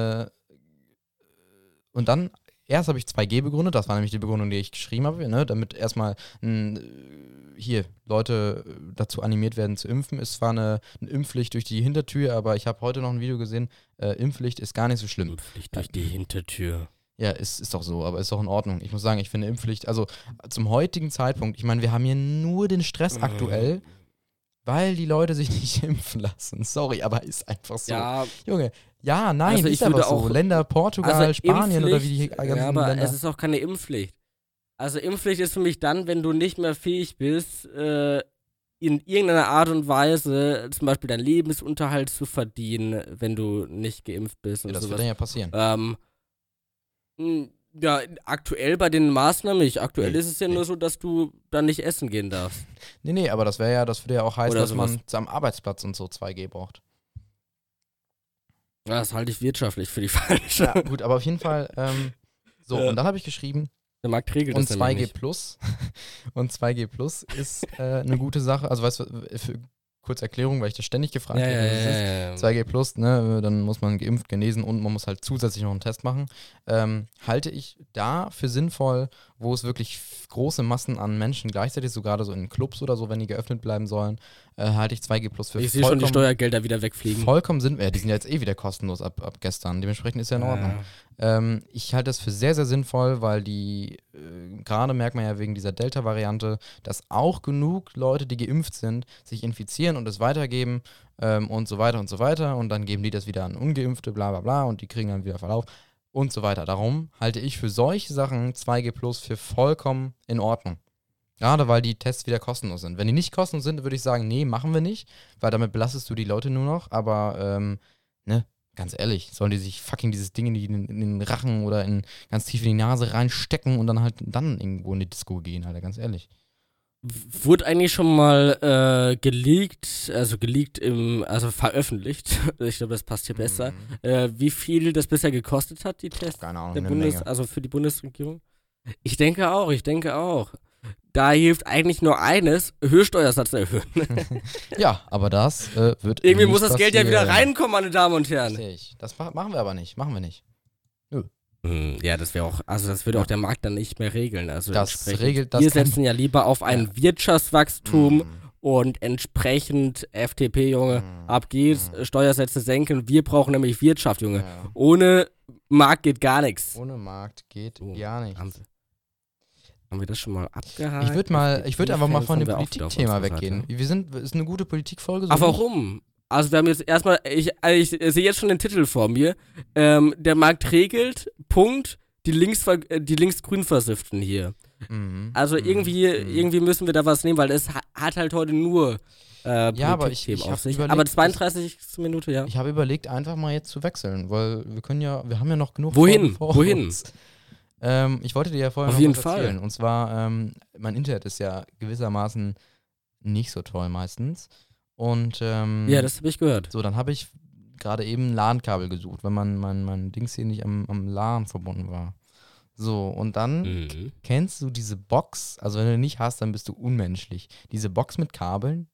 und dann, erst habe ich 2G begründet, das war nämlich die Begründung, die ich geschrieben habe, ne, damit erstmal hier Leute dazu animiert werden zu impfen. Ist zwar eine Impfpflicht durch die Hintertür, aber ich habe heute noch ein Video gesehen, Impfpflicht ist gar nicht so schlimm. Impfpflicht durch die Hintertür. Ja, ist doch so, aber ist doch in Ordnung. Ich muss sagen, ich finde Impfpflicht, also zum heutigen Zeitpunkt, ich meine, wir haben hier nur den Stress aktuell, weil die Leute sich nicht impfen lassen. Sorry, aber ist einfach so. Ja, Junge, ja, nein, also ist aber so. Länder, Portugal, Spanien oder wie die ganzen ja, aber Länder. es ist auch keine Impfpflicht. Also Impfpflicht ist für mich dann, wenn du nicht mehr fähig bist, in irgendeiner Art und Weise zum Beispiel deinen Lebensunterhalt zu verdienen, wenn du nicht geimpft bist und Ja, das sowas. wird dann ja passieren. Ja, aktuell bei den Maßnahmen nicht. Aktuell Nee, ist es ja nee. nur so, dass du dann nicht essen gehen darfst. Nee, aber das würde ja auch heißen, Oder dass sowas. man am Arbeitsplatz und so 2G braucht. Ja, das halte ich wirtschaftlich für die falsche. Ja, gut, aber auf jeden Fall, so, Ja. und dann habe ich geschrieben, Der Markt regelt und das nämlich 2G nicht. Plus, und 2G Plus ist eine gute Sache, also weißt du, für kurze Erklärung, weil ich das ständig gefragt Ja, werde, was es ist. ja. 2G Plus, ne, dann muss man geimpft, genesen und man muss halt zusätzlich noch einen Test machen. Halte ich da für sinnvoll, wo es wirklich große Massen an Menschen gleichzeitig, so gerade so in Clubs oder so, wenn die geöffnet bleiben sollen, halte ich 2G Plus für Ich sehe schon die Steuergelder wieder wegfliegen. vollkommen sinnvoll. Die sind ja jetzt eh wieder kostenlos ab gestern, dementsprechend ist ja in Ordnung. Ich halte das für sehr, sehr sinnvoll, weil gerade merkt man ja wegen dieser Delta-Variante, dass auch genug Leute, die geimpft sind, sich infizieren und es weitergeben und so weiter und so weiter. Und dann geben die das wieder an Ungeimpfte, bla bla bla, und die kriegen dann wieder Verlauf und so weiter. Darum halte ich für solche Sachen 2G Plus für vollkommen in Ordnung. Gerade weil die Tests wieder kostenlos sind. Wenn die nicht kostenlos sind, würde ich sagen, nee, machen wir nicht, weil damit belastest du die Leute nur noch. Aber, ne, ganz ehrlich, sollen die sich fucking dieses Ding in den Rachen oder ganz tief in die Nase reinstecken und dann halt dann irgendwo in die Disco gehen, Alter, ganz ehrlich. Wurde eigentlich schon mal geleakt, also veröffentlicht, ich glaube, das passt hier besser, wie viel das bisher gekostet hat, die Tests Keine Ahnung, der eine Menge. also für die Bundesregierung? Ich denke auch. Da hilft eigentlich nur eines, Höchststeuersatz erhöhen. Ja, aber das wird Irgendwie nicht muss das Geld ja wieder passieren. reinkommen, meine Damen und Herren. Richtig. Das machen wir aber nicht, machen wir nicht. Ja, das wäre auch, also das würde auch der Markt dann nicht mehr regeln. Also Das entsprechend. regelt das Wir kein- setzen ja lieber auf ein Wirtschaftswachstum und entsprechend FDP, Junge, ab geht's, Steuersätze senken. Wir brauchen nämlich Wirtschaft, Junge. Ja. Ohne Markt geht gar nichts. Ohne Markt geht Oh, gar nichts. Haben wir das schon mal abgehakt? Ich würde einfach mal von dem Haben wir auch wieder auf Politikthema unserer weggehen. Seite. Ist eine gute Politikfolge. So Ach, nicht? warum? Also wir haben jetzt erstmal, ich sehe jetzt schon den Titel vor mir. Der Markt regelt, Punkt, die linksgrün versifften hier. Also irgendwie müssen wir da was nehmen, weil es hat halt heute nur aber ich Politikthemen hab auf sich. überlegt, Aber 32. Minute, ja. Ich habe überlegt, einfach mal jetzt zu wechseln, weil wir haben ja noch genug Wohin? Folgen vor Wohin? uns. Ich wollte dir ja vorher Auf noch jeden was Fall. erzählen. Und zwar, mein Internet ist ja gewissermaßen nicht so toll meistens. Und Ja, das habe ich gehört. so, dann habe ich gerade eben ein LAN-Kabel gesucht, weil mein Dings hier nicht am LAN verbunden war. So, und dann kennst du diese Box, also wenn du die nicht hast, dann bist du unmenschlich. Diese Box mit Kabeln,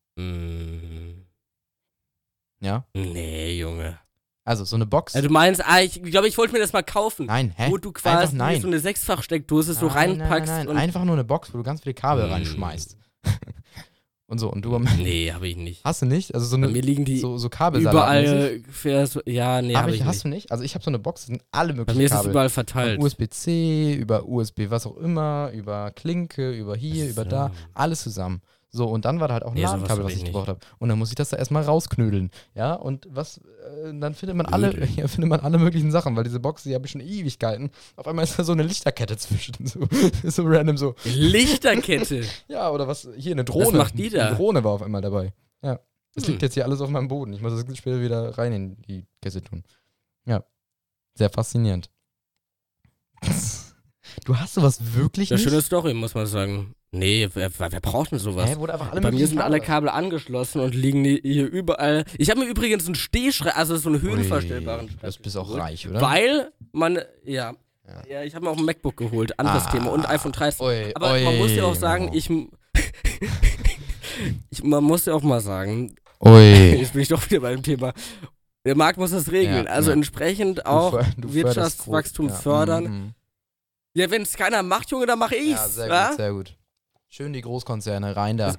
ja? Nee, Junge. Also so eine Box. Du meinst, ich glaube, ich wollte mir das mal kaufen. Nein, hä? Wo du quasi nein. so eine 6-fach-Steckdose so reinpackst. Nein. Und Einfach nur eine Box, wo du ganz viele Kabel reinschmeißt. Und so, und du nee, habe ich nicht. hast du nicht? Also so Bei eine mir liegen die so Kabelsalat. überall so, ja, nee, habe ich nicht. Hast du nicht? Also ich habe so eine Box, da sind alle Bei möglichen mir ist es Kabel. überall Von verteilt. USB-C, über USB was auch immer, über Klinke, über hier, über da, alles zusammen. So, und dann war da halt auch ein Nee, sowas LAN-Kabel, hab was ich ich nicht. gebraucht habe. Und dann muss ich das da erstmal rausknödeln. Ja, und dann findet man alle möglichen Sachen, weil diese Box, die habe ich schon Ewigkeiten. Auf einmal ist da so eine Lichterkette zwischen. So random so. Lichterkette. Ja, oder was, hier eine Drohne. Was macht die da? Eine Drohne war auf einmal dabei. Ja. Das liegt jetzt hier alles auf meinem Boden. Ich muss das später wieder rein in die Kiste tun. Ja. Sehr faszinierend. Du hast sowas wirklich Das ist nicht? eine schöne Story, muss man sagen. Nee, wer braucht denn sowas? Hä, wurde einfach alle Bei mir möglichen sind alle Kabel angeschlossen und liegen hier überall. Ich habe mir übrigens einen Stehschreibtisch, also so einen höhenverstellbaren Du Schreibtisch bist auch geholt, reich, oder? Weil man, ja, ich habe mir auch ein MacBook geholt, anderes Thema und iPhone 13. Aber man muss ja auch sagen, man muss ja auch mal sagen, jetzt bin ich doch wieder beim Thema. Der Markt muss das regeln. Ja, also ja. entsprechend auch Du Wirtschaftswachstum förderst fördern. Mhm. Ja, wenn es keiner macht, Junge, dann mache ich's. Ja, sehr gut. Schön die Großkonzerne, rein da.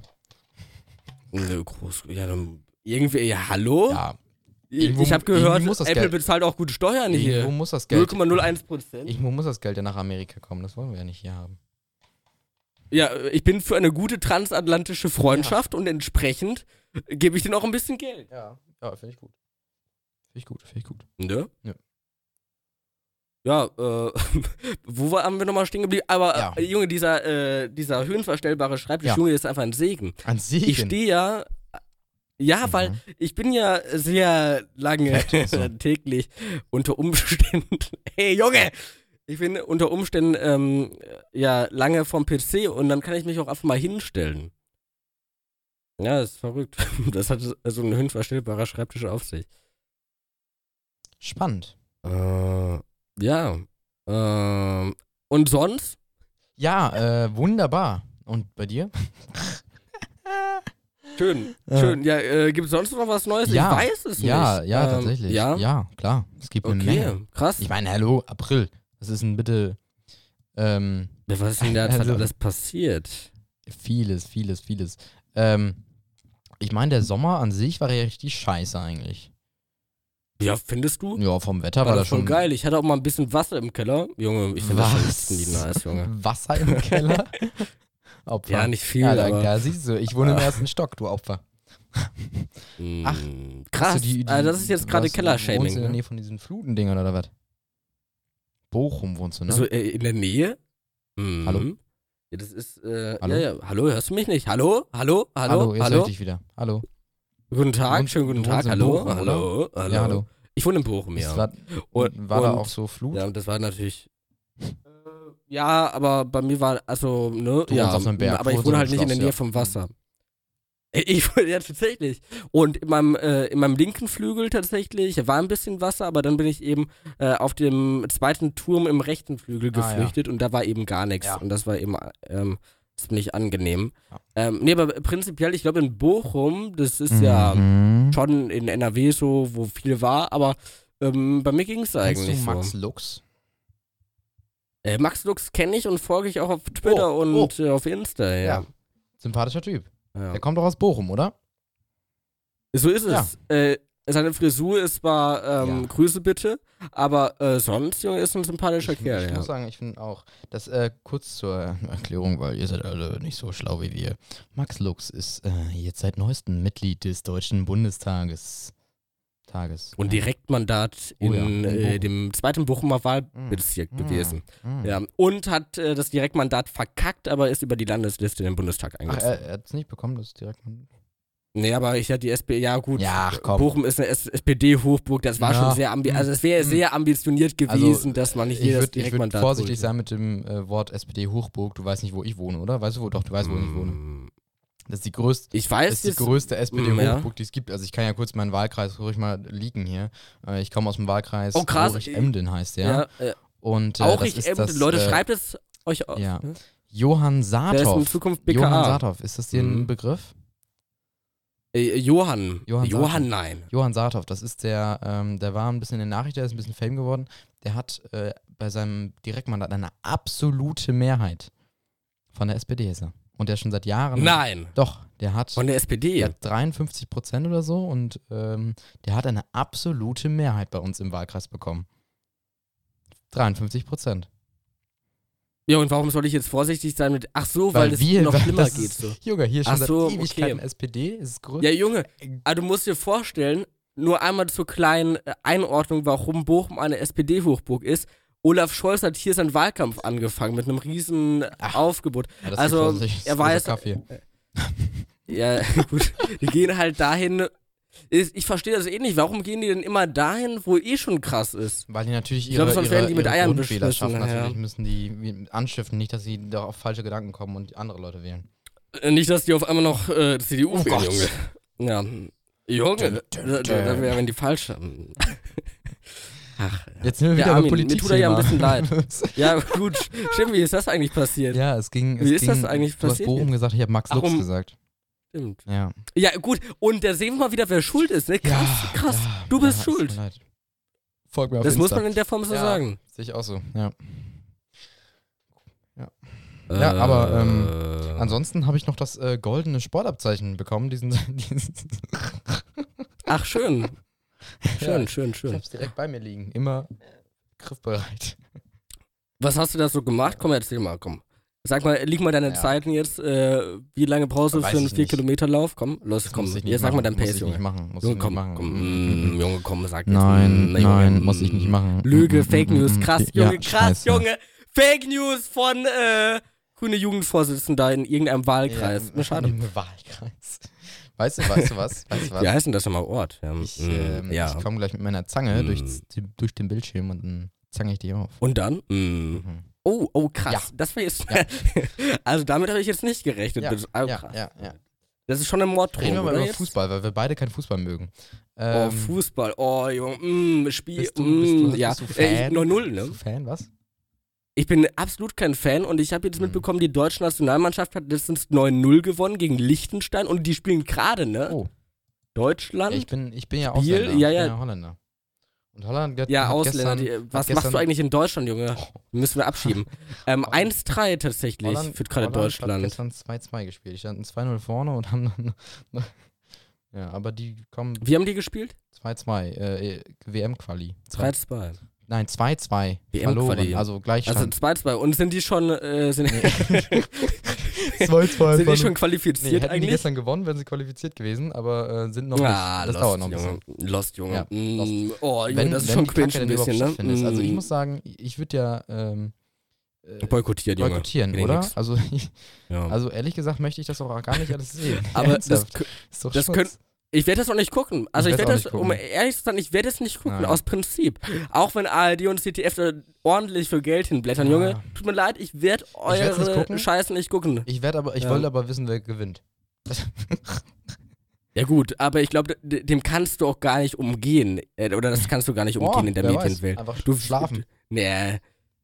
Dann irgendwie, ja, hallo? Ja, Ich habe gehört, irgendwie muss das Apple Geld- bezahlt auch gute Steuern irgendwo hier. muss das Geld 0,01%. Irgendwo muss das Geld ja nach Amerika kommen, das wollen wir ja nicht hier haben. Ja, ich bin für eine gute transatlantische Freundschaft und entsprechend gebe ich denen auch ein bisschen Geld. Ja, finde ich gut. Finde ich gut. Ne? Ja. Ja, haben wir nochmal stehen geblieben? Aber, Ja. Junge, dieser höhenverstellbare Schreibtisch, Ja. Junge, ist einfach ein Segen. An Segen. Ich stehe ja, weil ich bin ja sehr lange Fett, so. täglich unter Umständen. Hey, Junge! Ich bin unter Umständen ja lange vom PC und dann kann ich mich auch einfach mal hinstellen. Ja, das ist verrückt. Das hat so ein höhenverstellbarer Schreibtisch auf sich. Spannend. Ja. Und sonst? Ja, wunderbar. Und bei dir? Schön, schön. Ja, gibt es sonst noch was Neues? Ja, ich weiß es nicht. Ja, tatsächlich. Ja? Ja, klar. Es gibt eine Menge. Okay, krass. Ich meine, hallo, April. Was ist denn bitte? Ja, was ist in der Zeit also- alles passiert? Vieles. Ich meine, der Sommer an sich war ja richtig scheiße eigentlich. Ja, findest du? Ja, vom Wetter War war das das voll schon geil. Ich hatte auch mal ein bisschen Wasser im Keller. Junge, ich finde das schon ziemlich nice, Junge. Wasser im Keller? Opfer. Ja, nicht viel, Ja, aber... da siehst du, ich wohne im ersten Stock, du Opfer. Ach, krass. Hast du Das ist jetzt gerade Wohnst du in Keller-Shaming. der Ne? Nähe von diesen Flutendingern oder was? Bochum wohnst du, ne? Also in der Nähe? Hallo? Ja, das ist, Hallo? ja. Hallo, hörst du mich nicht? Hallo? Jetzt höre ich dich wieder. Hallo? Guten Tag, wohnst- schönen guten du Tag. wohnst in Hallo? Bochum, Hallo? Ja, hallo. Ich wohne in Bochum, ja. War da auch so Flut? Ja, und das war natürlich... ja, aber bei mir war, also, ne? Du ja, wohnst auf einem Berg, aber du ich wohnst wohne auf halt einem nicht in der Schloss, Nähe ja. vom Wasser. Ja, tatsächlich. Und in meinem linken Flügel tatsächlich war ein bisschen Wasser, aber dann bin ich eben auf dem zweiten Turm im rechten Flügel geflüchtet und da war eben gar nichts. Ja. Und das war eben ziemlich angenehm. Ja. Nee, aber prinzipiell, ich glaube in Bochum, das ist ja schon in NRW so, wo viel war, aber bei mir ging es Kennst eigentlich du Max so. Lux? Max Lux kenne ich und folge ich auch auf Twitter und auf Insta, ja. Sympathischer Typ. Ja. Der kommt doch aus Bochum, oder? So ist Ja. es. Seine Frisur ist zwar, Ja. Grüße bitte, aber sonst, Junge, ist ein sympathischer Kerl, Ich ja. muss sagen, ich finde auch, das kurz zur Erklärung, weil ihr seid alle nicht so schlau wie wir. Max Lux ist jetzt seit neuestem Mitglied des Deutschen Bundestages. Und Direktmandat Oh ja, in in Bochum. dem zweiten Bochumer Wahlbezirk gewesen. Mhm. Ja. Und hat das Direktmandat verkackt, aber ist über die Landesliste in den Bundestag Ach, eingezogen. er hat es nicht bekommen, das direkt. Nee, aber ich hatte die SPD, ja gut, Ja, ach, komm. Bochum ist eine SPD-Hochburg, das war Ja. schon sehr also es wäre sehr ambitioniert gewesen, dass man nicht Ich jedes würde Direktmandat vorsichtig holt. sein mit dem Wort SPD-Hochburg. Du weißt nicht, wo ich wohne, oder? Weißt du wo? Doch, du weißt, wo ich wohne. Das ist die größte. Ich Das weiß ist die jetzt, größte SPD-Hochburg, ja. die es gibt. Also ich kann ja kurz meinen Wahlkreis ruhig mal leaken hier. Ich komme aus dem Wahlkreis Oh, krass. Emden heißt der. ja, Und auch das ich, ist das, Leute, schreibt es euch auf. ja. Ne? Johann Der ist in Saathoff. Zukunft BKA. Johann Saathoff, ist das dir ein Mhm. Begriff? Johann. Johann Saathoff. Nein. Johann Saathoff, das ist der war ein bisschen in den Nachrichten, der ist ein bisschen Fame geworden. Der hat bei seinem Direktmandat eine absolute Mehrheit von der SPD ist er. Und der schon seit Jahren. Nein. Doch, der hat. Von der SPD. Der hat 53% oder so und der hat eine absolute Mehrheit bei uns im Wahlkreis bekommen. 53%. Ja, und warum soll ich jetzt vorsichtig sein mit. Ach so, weil es noch schlimmer das geht ist- so. Junge, hier Ach schon so, seit Ewigkeiten okay. SPD, ist es größer. Ja, Junge, aber du musst dir vorstellen, nur einmal zur kleinen Einordnung, warum Bochum eine SPD-Hochburg ist. Olaf Scholz hat hier seinen Wahlkampf angefangen mit einem riesen Aufgebot. Ja, das Also, ist großer er weiß. Kaffee. Ja, gut. Die gehen halt dahin. Ich verstehe das eh nicht. Warum gehen die denn immer dahin, wo eh schon krass ist? Weil die natürlich Ich glaube, sonst werden die mit Eiern Grundwählerschaft beschmissen, natürlich ja. müssen die anstiften, nicht, dass sie da auf falsche Gedanken kommen und andere Leute wählen. Nicht, dass die auf einmal noch CDU Oh wählen, Gott. Junge. Ja. Junge, da wären die falsche. Ach, Jetzt sind wir Ja, wieder Armin, bei mir Politik. tut er ja ein bisschen leid. Ja, gut. Stimmt, wie ist das eigentlich passiert? Ja, es ging. Wie ist das eigentlich Du hast passiert Bochum gesagt, ich habe Max Lux Warum? gesagt. Stimmt. Ja. Ja, gut. Und da sehen wir mal wieder, wer schuld ist, ne? Krass, krass. Du bist es tut schuld. mir leid. Folgt mir auf Das muss Insta. man in der Form so Ja. sagen. Sehe ich auch so, ja. Ja, aber, Ansonsten habe ich noch das goldene Sportabzeichen bekommen. Ach, schön. Schön, Ja, schön, Ich schön. habe es direkt bei mir liegen. Immer griffbereit. Was hast du da so gemacht? Komm, erzähl mal, komm. Sag mal, lieg mal deine Ja. Zeiten jetzt. Wie lange brauchst du Weiß für einen ich nicht. 4-Kilometer-Lauf? Komm, los, komm. Muss ich nicht Jetzt sag mal dein machen. Pace, Muss ich nicht Junge. machen. Muss ich Junge, nicht komm, machen. komm. Junge, komm, sag jetzt. Nein, Na, Junge, nein, muss ich nicht machen. Lüge, Fake News, krass, Ja, Junge, krass, scheiße. Junge. Fake News von grüne Jugendvorsitzender in irgendeinem Wahlkreis. Ja, Schade. im Wahlkreis. Weißt du was? Wie heißt denn das nochmal Ort? Ja, Ich komme gleich mit meiner Zange durch den Bildschirm und dann zange ich die auf. Und dann? Oh, krass. Ja. Das war jetzt. Ja. Also damit habe ich jetzt nicht gerechnet. Ja, Krass. ja. Das ist schon eine Morddrohung. Reden wir mal oder über jetzt? Fußball, weil wir beide keinen Fußball mögen. Fußball. Oh, Junge. Spiel. Bist du ja. Fan? 0-0, ne? Bist du Fan, was? Ich bin absolut kein Fan und ich habe jetzt mitbekommen, die deutsche Nationalmannschaft hat letztens 9-0 gewonnen gegen Liechtenstein und die spielen gerade, ne? Oh. Deutschland. Ich bin ja Spiel, Ausländer. ja. Ich bin ja Holländer. Und Holland hat Ausländer. gestern, Was machst du eigentlich in Deutschland, Junge? Müssen wir abschieben. 1-3 tatsächlich führt gerade Deutschland. Hat gestern 2-2 gespielt. Die standen 2-0 vorne und haben dann ja, aber die kommen Wie haben die gespielt? 2-2, WM-Quali. 3-2. Nein, 2-2. WM-Quali. Verloren, also Gleichstand. Also 2-2. Und sind die schon, sind 2-2. die schon qualifiziert hätten die eigentlich? gestern gewonnen, wären sie qualifiziert gewesen, aber sind noch nicht. Das Lost, dauert noch ein bisschen. Lost, Junge. Ja, Lost. Oh, Junge, das ist schon die cringe Kacke ein denn bisschen, überhaupt ne? stattfindet. Also ich muss sagen, ich würde ja Boykottieren, Junge. boykottieren, oder? Nix. Also, Ja. also ehrlich gesagt möchte ich das auch gar nicht alles sehen. Aber Ernsthaft. Ist doch das Schmutz. könnt- ich werde das auch nicht gucken. Also ich werd's werde auch das, nicht um gucken. ehrlich zu sein, ich werde es nicht gucken, Nein. aus Prinzip. Auch wenn ARD und ZDF da ordentlich für Geld hinblättern, Ja. Junge. Tut mir leid, ich werde werd's nicht eure gucken. Scheiße nicht gucken. Ich Ja. wollte aber wissen, wer gewinnt. Ja gut, aber ich glaube, dem kannst du auch gar nicht umgehen. Oder das kannst du gar nicht umgehen in der wer weiß. Medienwelt. Einfach Du schlafen. Nee.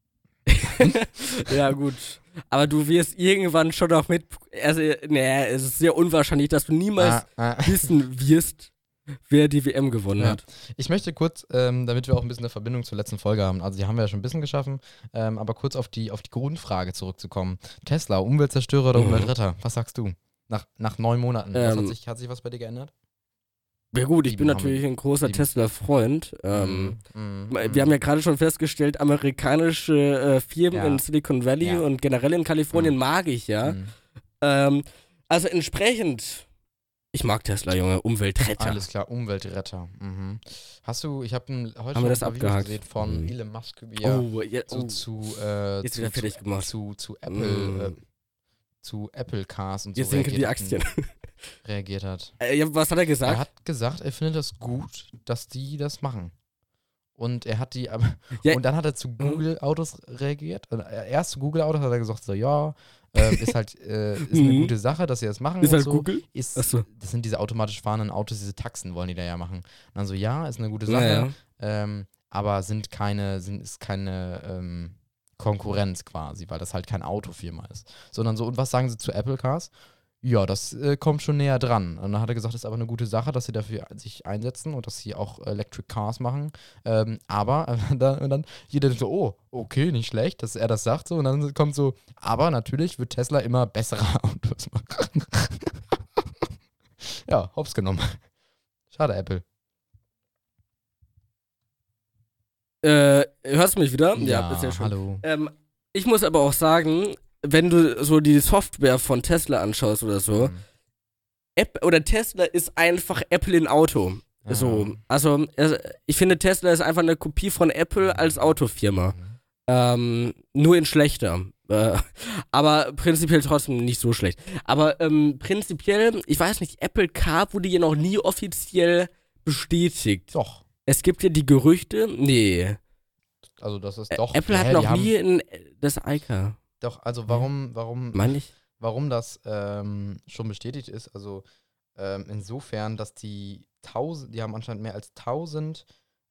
Ja, gut. Aber du wirst irgendwann schon noch mit. Also, nee, es ist sehr unwahrscheinlich, dass du niemals wissen wirst, wer die WM gewonnen Ja. hat. Ich möchte kurz, damit wir auch ein bisschen eine Verbindung zur letzten Folge haben, also die haben wir ja schon ein bisschen geschaffen, aber kurz auf die Grundfrage zurückzukommen. Tesla, Umweltzerstörer oder Umweltretter? Was sagst du? Nach 9 Monaten. Hat sich was bei dir geändert? Ja gut, ich bin 7 natürlich ein großer 7. Tesla-Freund. Wir Wir haben ja gerade schon festgestellt, amerikanische Firmen Ja. in Silicon Valley Ja. und generell in Kalifornien mag ich ja. Also entsprechend, ich mag Tesla, Junge, Umweltretter. Alles klar, Umweltretter. Ich habe heute Haben wir das ein paar Videos abgehakt? gesehen von Elon Musk, wie er Jetzt wieder fertig gemacht. zu Apple, zu Apple Cars und Jetzt so sinken die Aktien. reagiert hat. Ja, was hat er gesagt? Er hat gesagt, er findet das gut, dass die das machen. Und er hat die, aber Ja. und dann hat er zu Google Autos reagiert. Und erst zu Google Autos hat er gesagt, so ja, ist halt ist eine gute Sache, dass sie das machen. Ist und halt so. Google? Ist, Achso. Das sind diese automatisch fahrenden Autos, diese Taxen wollen die da ja machen. Und dann so, ja, ist eine gute Sache, aber ist keine Konkurrenz quasi, weil das halt kein Autofirma ist. Sondern so, und was sagen sie zu Apple Cars? Ja, das kommt schon näher dran. Und dann hat er gesagt, das ist aber eine gute Sache, dass sie dafür sich einsetzen und dass sie auch Electric Cars machen. Aber dann jeder denkt so, oh, okay, nicht schlecht, dass er das sagt so. Und dann kommt so, aber natürlich wird Tesla immer bessere Autos machen. Ja, hops genommen. Schade, Apple. Hörst du mich wieder? Ja, ist ja schon. Hallo. Ich muss aber auch sagen, wenn du so die Software von Tesla anschaust oder so, Tesla ist einfach Apple in Auto. Ja. So, also ich finde, Tesla ist einfach eine Kopie von Apple als Autofirma. Nur in schlechter. Aber prinzipiell trotzdem nicht so schlecht. Aber prinzipiell, ich weiß nicht, Apple Car wurde ja noch nie offiziell bestätigt. Doch. Es gibt ja die Gerüchte, nee. Also das ist doch. Apple hat noch nie das iCar. Doch, also warum Meine ich? warum das schon bestätigt ist, also insofern, dass die haben anscheinend mehr als 1000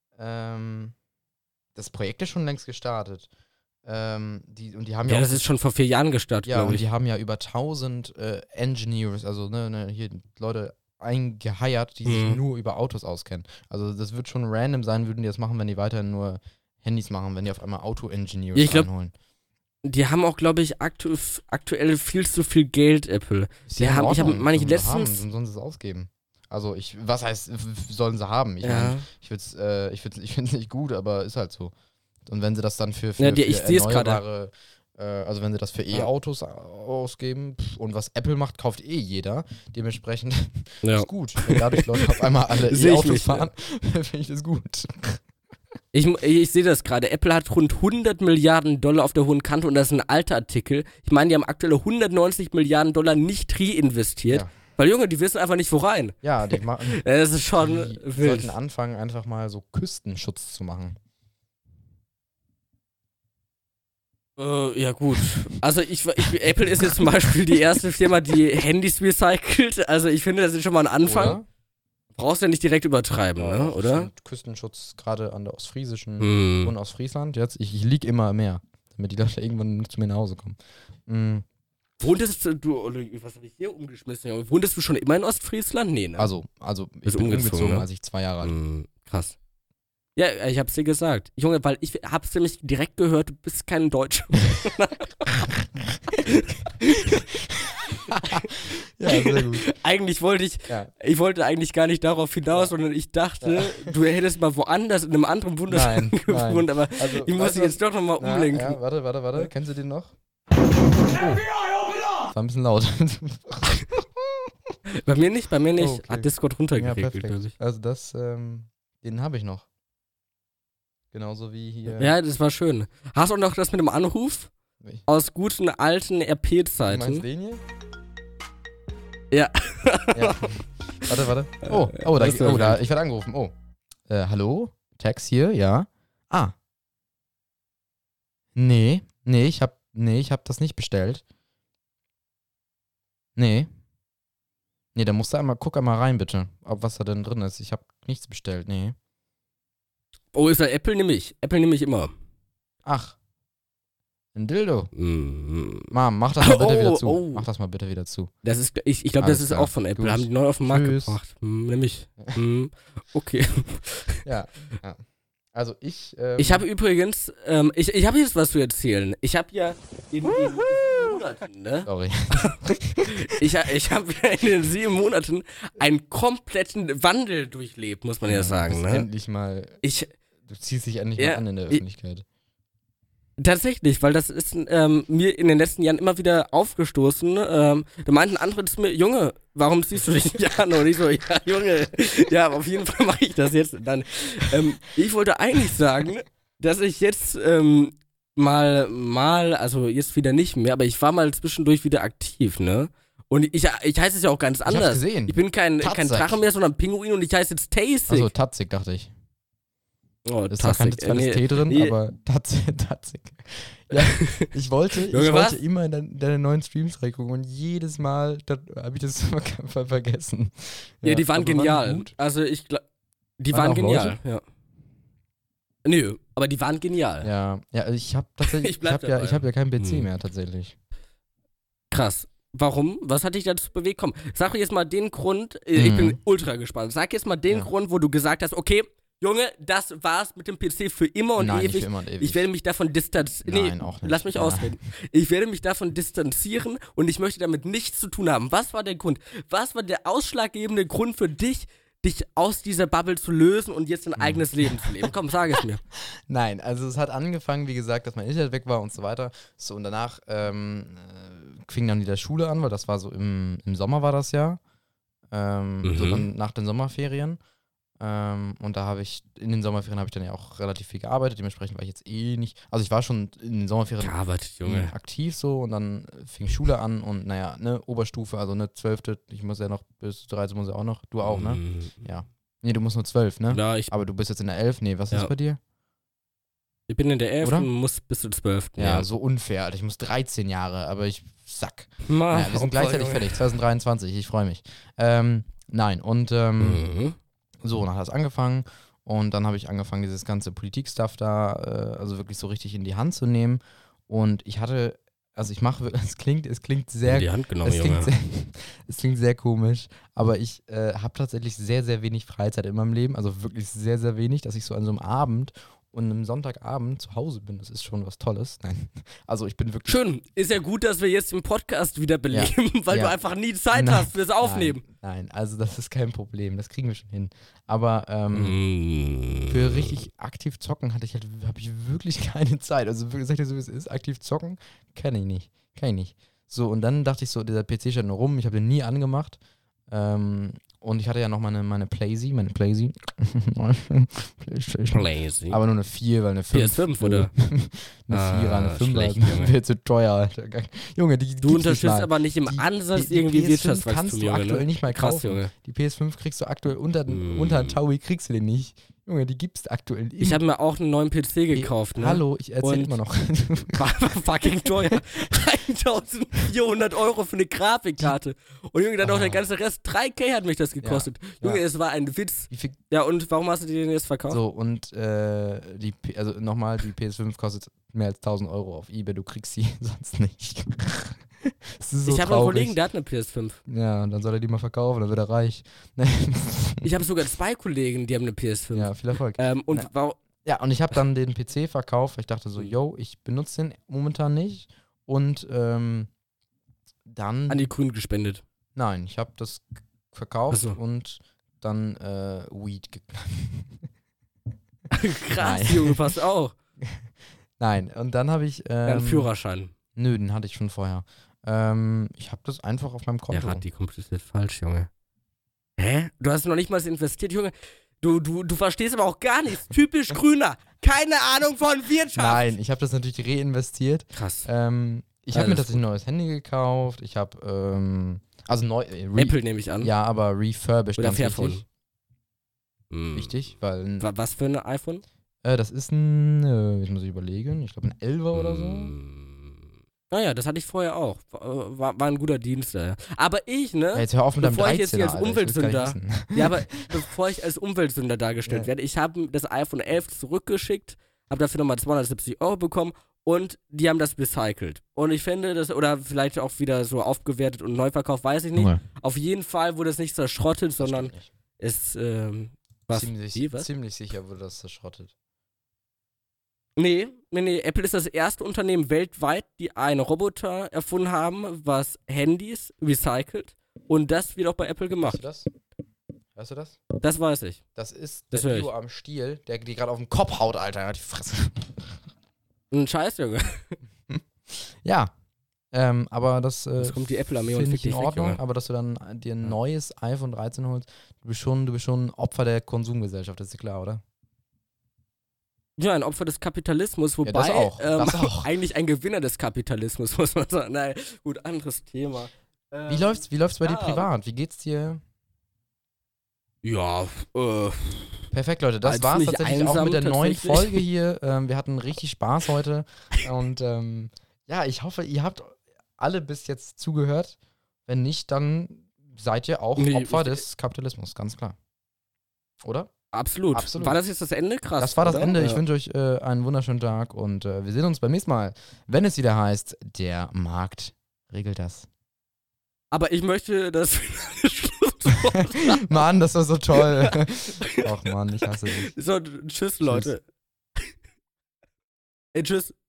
das Projekt ist schon längst gestartet. Die haben Ja, ja das ist schon vor 4 Jahren gestartet, ja, glaube und ich. die haben ja über 1000 Engineers, also hier Leute eingeheiert, die sich nur über Autos auskennen. Also das wird schon random sein, würden die das machen, wenn die weiterhin nur Handys machen, wenn die auf einmal Auto-Engineers Ja, ich glaub, reinholen. Die haben auch, glaube ich, aktuell viel zu viel Geld, Apple. Sie haben, meine ich, sollen letztens. sie es ausgeben. Also was heißt, sollen sie haben? Ich Ja. meine, ich finde es nicht gut, aber ist halt so. Und wenn sie das dann für ich seh's erneuerbare, also wenn sie das für E-Autos ausgeben und was Apple macht, kauft jeder. Dementsprechend ist gut. Wenn dadurch Leute auf einmal alle Sehe ich E-Autos nicht, fahren, finde ich das gut. Ich sehe das gerade. Apple hat rund 100 Milliarden Dollar auf der hohen Kante und das ist ein alter Artikel. Ich meine, die haben aktuell 190 Milliarden Dollar nicht reinvestiert. Ja. Weil, Junge, die wissen einfach nicht, wo rein. Ja, die machen. Das ist schon Die wild. sollten anfangen, einfach mal so Küstenschutz zu machen. Ja gut. Also Apple ist jetzt zum Beispiel die erste Firma, die Handys recycelt. Also ich finde, das ist schon mal ein Anfang. Oder? Brauchst ja nicht direkt übertreiben, ne? Oder? Küstenschutz gerade an der ostfriesischen und Ostfriesland. Jetzt, ich lieg immer mehr, damit die Leute irgendwann zu mir nach Hause kommen. Wohntest du, oder was habe ich hier umgeschmissen? Wohntest du schon immer in Ostfriesland? Nee, ne? Also ich bin umgezogen, ne? als ich 2 Jahre alt war. Krass. Ja, ich hab's dir gesagt. Junge, weil ich hab's nämlich direkt gehört, du bist kein Deutscher. Ja, sehr gut. Eigentlich wollte ich wollte eigentlich gar nicht darauf hinaus, sondern ich dachte, du hättest mal woanders in einem anderen Bundesland gewohnt, aber Also, ich muss dich jetzt doch nochmal umlenken. Ja, warte. Kennst du den noch? Oh. Das war ein bisschen laut. Bei mir nicht. Okay. Hat Discord Ja, runtergeregelt, perfekt. glaube ich. Also den habe ich noch. Genauso wie hier. Ja, das war schön. Hast du auch noch das mit dem Anruf? Wie? Aus guten alten Du meinst RP-Zeiten? den hier? Ja. Ja. Warte. Ich werde angerufen. Oh. Hallo? Tex hier, ja. Ah. Nee, ich hab das nicht bestellt. Nee, da musst du guck einmal rein, bitte. Was da denn drin ist. Ich hab nichts bestellt, nee. Oh, ist er Apple nehme ich. Apple nehme ich immer. Ach. Ein Dildo. Mhm. Mom, mach das mal bitte wieder zu. Oh. Mach das mal bitte wieder zu. Das ist, ich glaube, Alles das ist klar. auch von Apple. Gut. Haben die neu auf den Markt Tschüss. gebracht. Nämlich. Okay. Ja. Also ich. Ich habe übrigens, ich habe jetzt was zu erzählen. Ich habe ja in den 7 Monaten, ne? Sorry. Ich habe ja in den 7 Monaten einen kompletten Wandel durchlebt, muss man ja sagen, Du bist ne? endlich mal. Du ziehst dich endlich Ja, mal an in der Öffentlichkeit. Tatsächlich, weil das ist mir in den letzten Jahren immer wieder aufgestoßen. Da meinten andere zu mir, Junge, warum ziehst du dich nicht an? Und ich so, ja, Junge, ja, auf jeden Fall mache ich das jetzt. Und dann, ich wollte eigentlich sagen, dass ich jetzt also jetzt wieder nicht mehr, aber ich war mal zwischendurch wieder aktiv, ne? Und ich heiße es ja auch ganz Ich hab's anders. gesehen. Ich bin kein Tatzek. Drache mehr, sondern Pinguin und ich heiße jetzt Tasty. Also Tatzig, dachte ich. Oh, Ist da kein zweites T drin, aber Tatzig. Ja, ich wollte immer in deine neuen Streams reingucken und jedes Mal habe ich das vergessen. Ja, die waren aber genial. gut. Also die Waren waren auch genial, ja. Nö, aber die waren genial. Ja, ich habe tatsächlich, ich habe ja keinen PC mehr tatsächlich. Krass. Warum? Was hat dich dazu bewegt? Komm, sag mir jetzt mal den Grund, ich bin ultra gespannt. Sag jetzt mal den Grund, wo du gesagt hast, okay, Junge, das war's mit dem PC für immer und Nein, ewig. nicht für immer und ewig. Ich werde mich davon distanzieren. Nein, auch nicht. Lass mich ausreden. Ich werde mich davon distanzieren und ich möchte damit nichts zu tun haben. Was war der Grund? Was war der ausschlaggebende Grund für dich aus dieser Bubble zu lösen und jetzt ein eigenes Leben zu leben? Komm, sag es mir. Nein, also es hat angefangen, wie gesagt, dass mein Internet weg war und so weiter. So, und danach fing dann wieder Schule an, weil das war so im Sommer war das ja. So dann nach den Sommerferien. Und da in den Sommerferien habe ich dann ja auch relativ viel gearbeitet, dementsprechend war ich jetzt nicht, also ich war schon in den Sommerferien Junge. aktiv so und dann fing Schule an und naja, ne, Oberstufe, also ne, 12, ich muss ja noch, bis 13 muss ja auch noch, du auch, ne? Ja. Nee, du musst nur 12, ne? Ja, aber du bist jetzt in der 11, nee, was ist bei dir? Ich bin in der 11. Oder? und muss bis zur 12. Ja, so unfair, Alter, ich muss 13 Jahre, aber ich sack. Naja, Naja, wir sind gleichzeitig fertig, 2023, ich freue mich. Nein, und so, und dann hat das angefangen und dann habe ich angefangen, dieses ganze Politik-Stuff da, also wirklich so richtig in die Hand zu nehmen. Und ich hatte, also ich mache, es klingt sehr, in die Hand genommen, Junge. Es klingt sehr komisch, aber ich habe tatsächlich sehr, sehr wenig Freizeit in meinem Leben, also wirklich sehr, sehr wenig, dass ich so an so einem Abend und einem Sonntagabend zu Hause bin. Das ist schon was Tolles. Nein, also ich bin wirklich... Schön. Ist ja gut, dass wir jetzt den Podcast wieder beleben, weil du einfach nie Zeit hast fürs Aufnehmen. Nein, also das ist kein Problem. Das kriegen wir schon hin. Aber für richtig aktiv zocken habe ich wirklich keine Zeit. Also sag ich dir so, wie es ist, aktiv zocken kann ich nicht. So, und dann dachte ich so, dieser PC stand nur rum. Ich habe den nie angemacht. Und ich hatte ja noch meine Playsee. PlayStation. Aber nur eine 4, weil eine 5. PS5, oder? Eine 4er, eine 5er. schlecht, Wäre zu teuer, Alter. Junge, du unterstützt aber nicht im Ansatz irgendwie Wirtschaftswachstum, kannst du Junge, aktuell nicht mal kaufen. Krass, Junge. Die PS5 kriegst du aktuell unter einen Taui, kriegst du den nicht. Junge, die gibt's aktuell nicht. Ich habe mir auch einen neuen PC gekauft, ne? Hallo, ich erzähl immer noch. War fucking teuer. 1.400 € für eine Grafikkarte. Und Junge, dann noch der ganze Rest. 3K hat mich das gekostet. Junge, es war ein Witz. Ja, und warum hast du die denn jetzt verkauft? So, und die PS5 kostet mehr als 1.000 € auf eBay. Du kriegst sie sonst nicht. So ich habe einen Kollegen, der hat eine PS5. Ja, und dann soll er die mal verkaufen, dann wird er reich. Ich habe sogar 2 Kollegen, die haben eine PS5. Ja, viel Erfolg. Und ich habe dann den PC verkauft, weil ich dachte so, yo, ich benutze den momentan nicht. Und dann... An die Grünen gespendet. Nein, ich habe das verkauft und dann Weed Krass, Junge, passt auch. Nein, und dann habe ich... einen Führerschein. Nö, den hatte ich schon vorher. Ich habe das einfach auf meinem Konto. Der hat die komplett falsch, Junge. Hä? Du hast noch nicht mal investiert, Junge. Du verstehst aber auch gar nichts. Typisch Grüner. Keine Ahnung von Wirtschaft. Nein, ich habe das natürlich reinvestiert. Krass. Ich habe mir tatsächlich ein neues Handy gekauft. Ich habe, Apple nehme ich an. Ja, aber refurbished. Oder Fairphone. Wichtig, weil... Was für ein iPhone? Das ist jetzt muss ich überlegen, ich glaube ein 11er oder so. Naja, das hatte ich vorher auch. War ein guter Dienst, ja. Aber ich, ne? Ja, jetzt hör auf mit deinem 13er, jetzt hier als Umweltsünder. Ja, aber bevor ich als Umweltsünder dargestellt werde, ich habe das iPhone 11 zurückgeschickt, habe dafür nochmal 270 € bekommen und die haben das recycelt. Und ich finde das, oder vielleicht auch wieder so aufgewertet und neu verkauft, weiß ich nicht. Okay. Auf jeden Fall wurde es nicht zerschrottet, sondern es, Ziemlich sicher wurde das zerschrottet. Nee, Apple ist das erste Unternehmen weltweit, die einen Roboter erfunden haben, was Handys recycelt. Und das wird auch bei Apple gemacht. Weißt du das? Weißt du das? Das weiß ich. Das ist der Bio am Stiel, der die gerade auf den Kopf haut, Alter. Ja, die Fresse. Ein Scheiß, Junge. Ja. Aber das kommt die Apple-Armee und finde ich in Ordnung, weg, aber dass du dann dir ein neues iPhone 13 holst, du bist schon Opfer der Konsumgesellschaft, das ist dir klar, oder? Ja, ein Opfer des Kapitalismus, wobei das auch. eigentlich ein Gewinner des Kapitalismus, muss man sagen. Nein, gut, anderes Thema. Wie läuft's bei dir privat? Wie geht's dir? Ja, Perfekt, Leute, das war's tatsächlich auch mit der neuen Folge hier. Wir hatten richtig Spaß heute und ja, ich hoffe, ihr habt alle bis jetzt zugehört. Wenn nicht, dann seid ihr auch Opfer des Kapitalismus, ganz klar. Oder? Absolut. War das jetzt das Ende? Krass. Das war das Ende. Ich wünsche euch einen wunderschönen Tag und wir sehen uns beim nächsten Mal, wenn es wieder heißt, der Markt regelt das. Aber ich möchte das Schlusswort. Mann, das war so toll. Och Mann, ich hasse dich. So, tschüss, Leute. Ey, tschüss.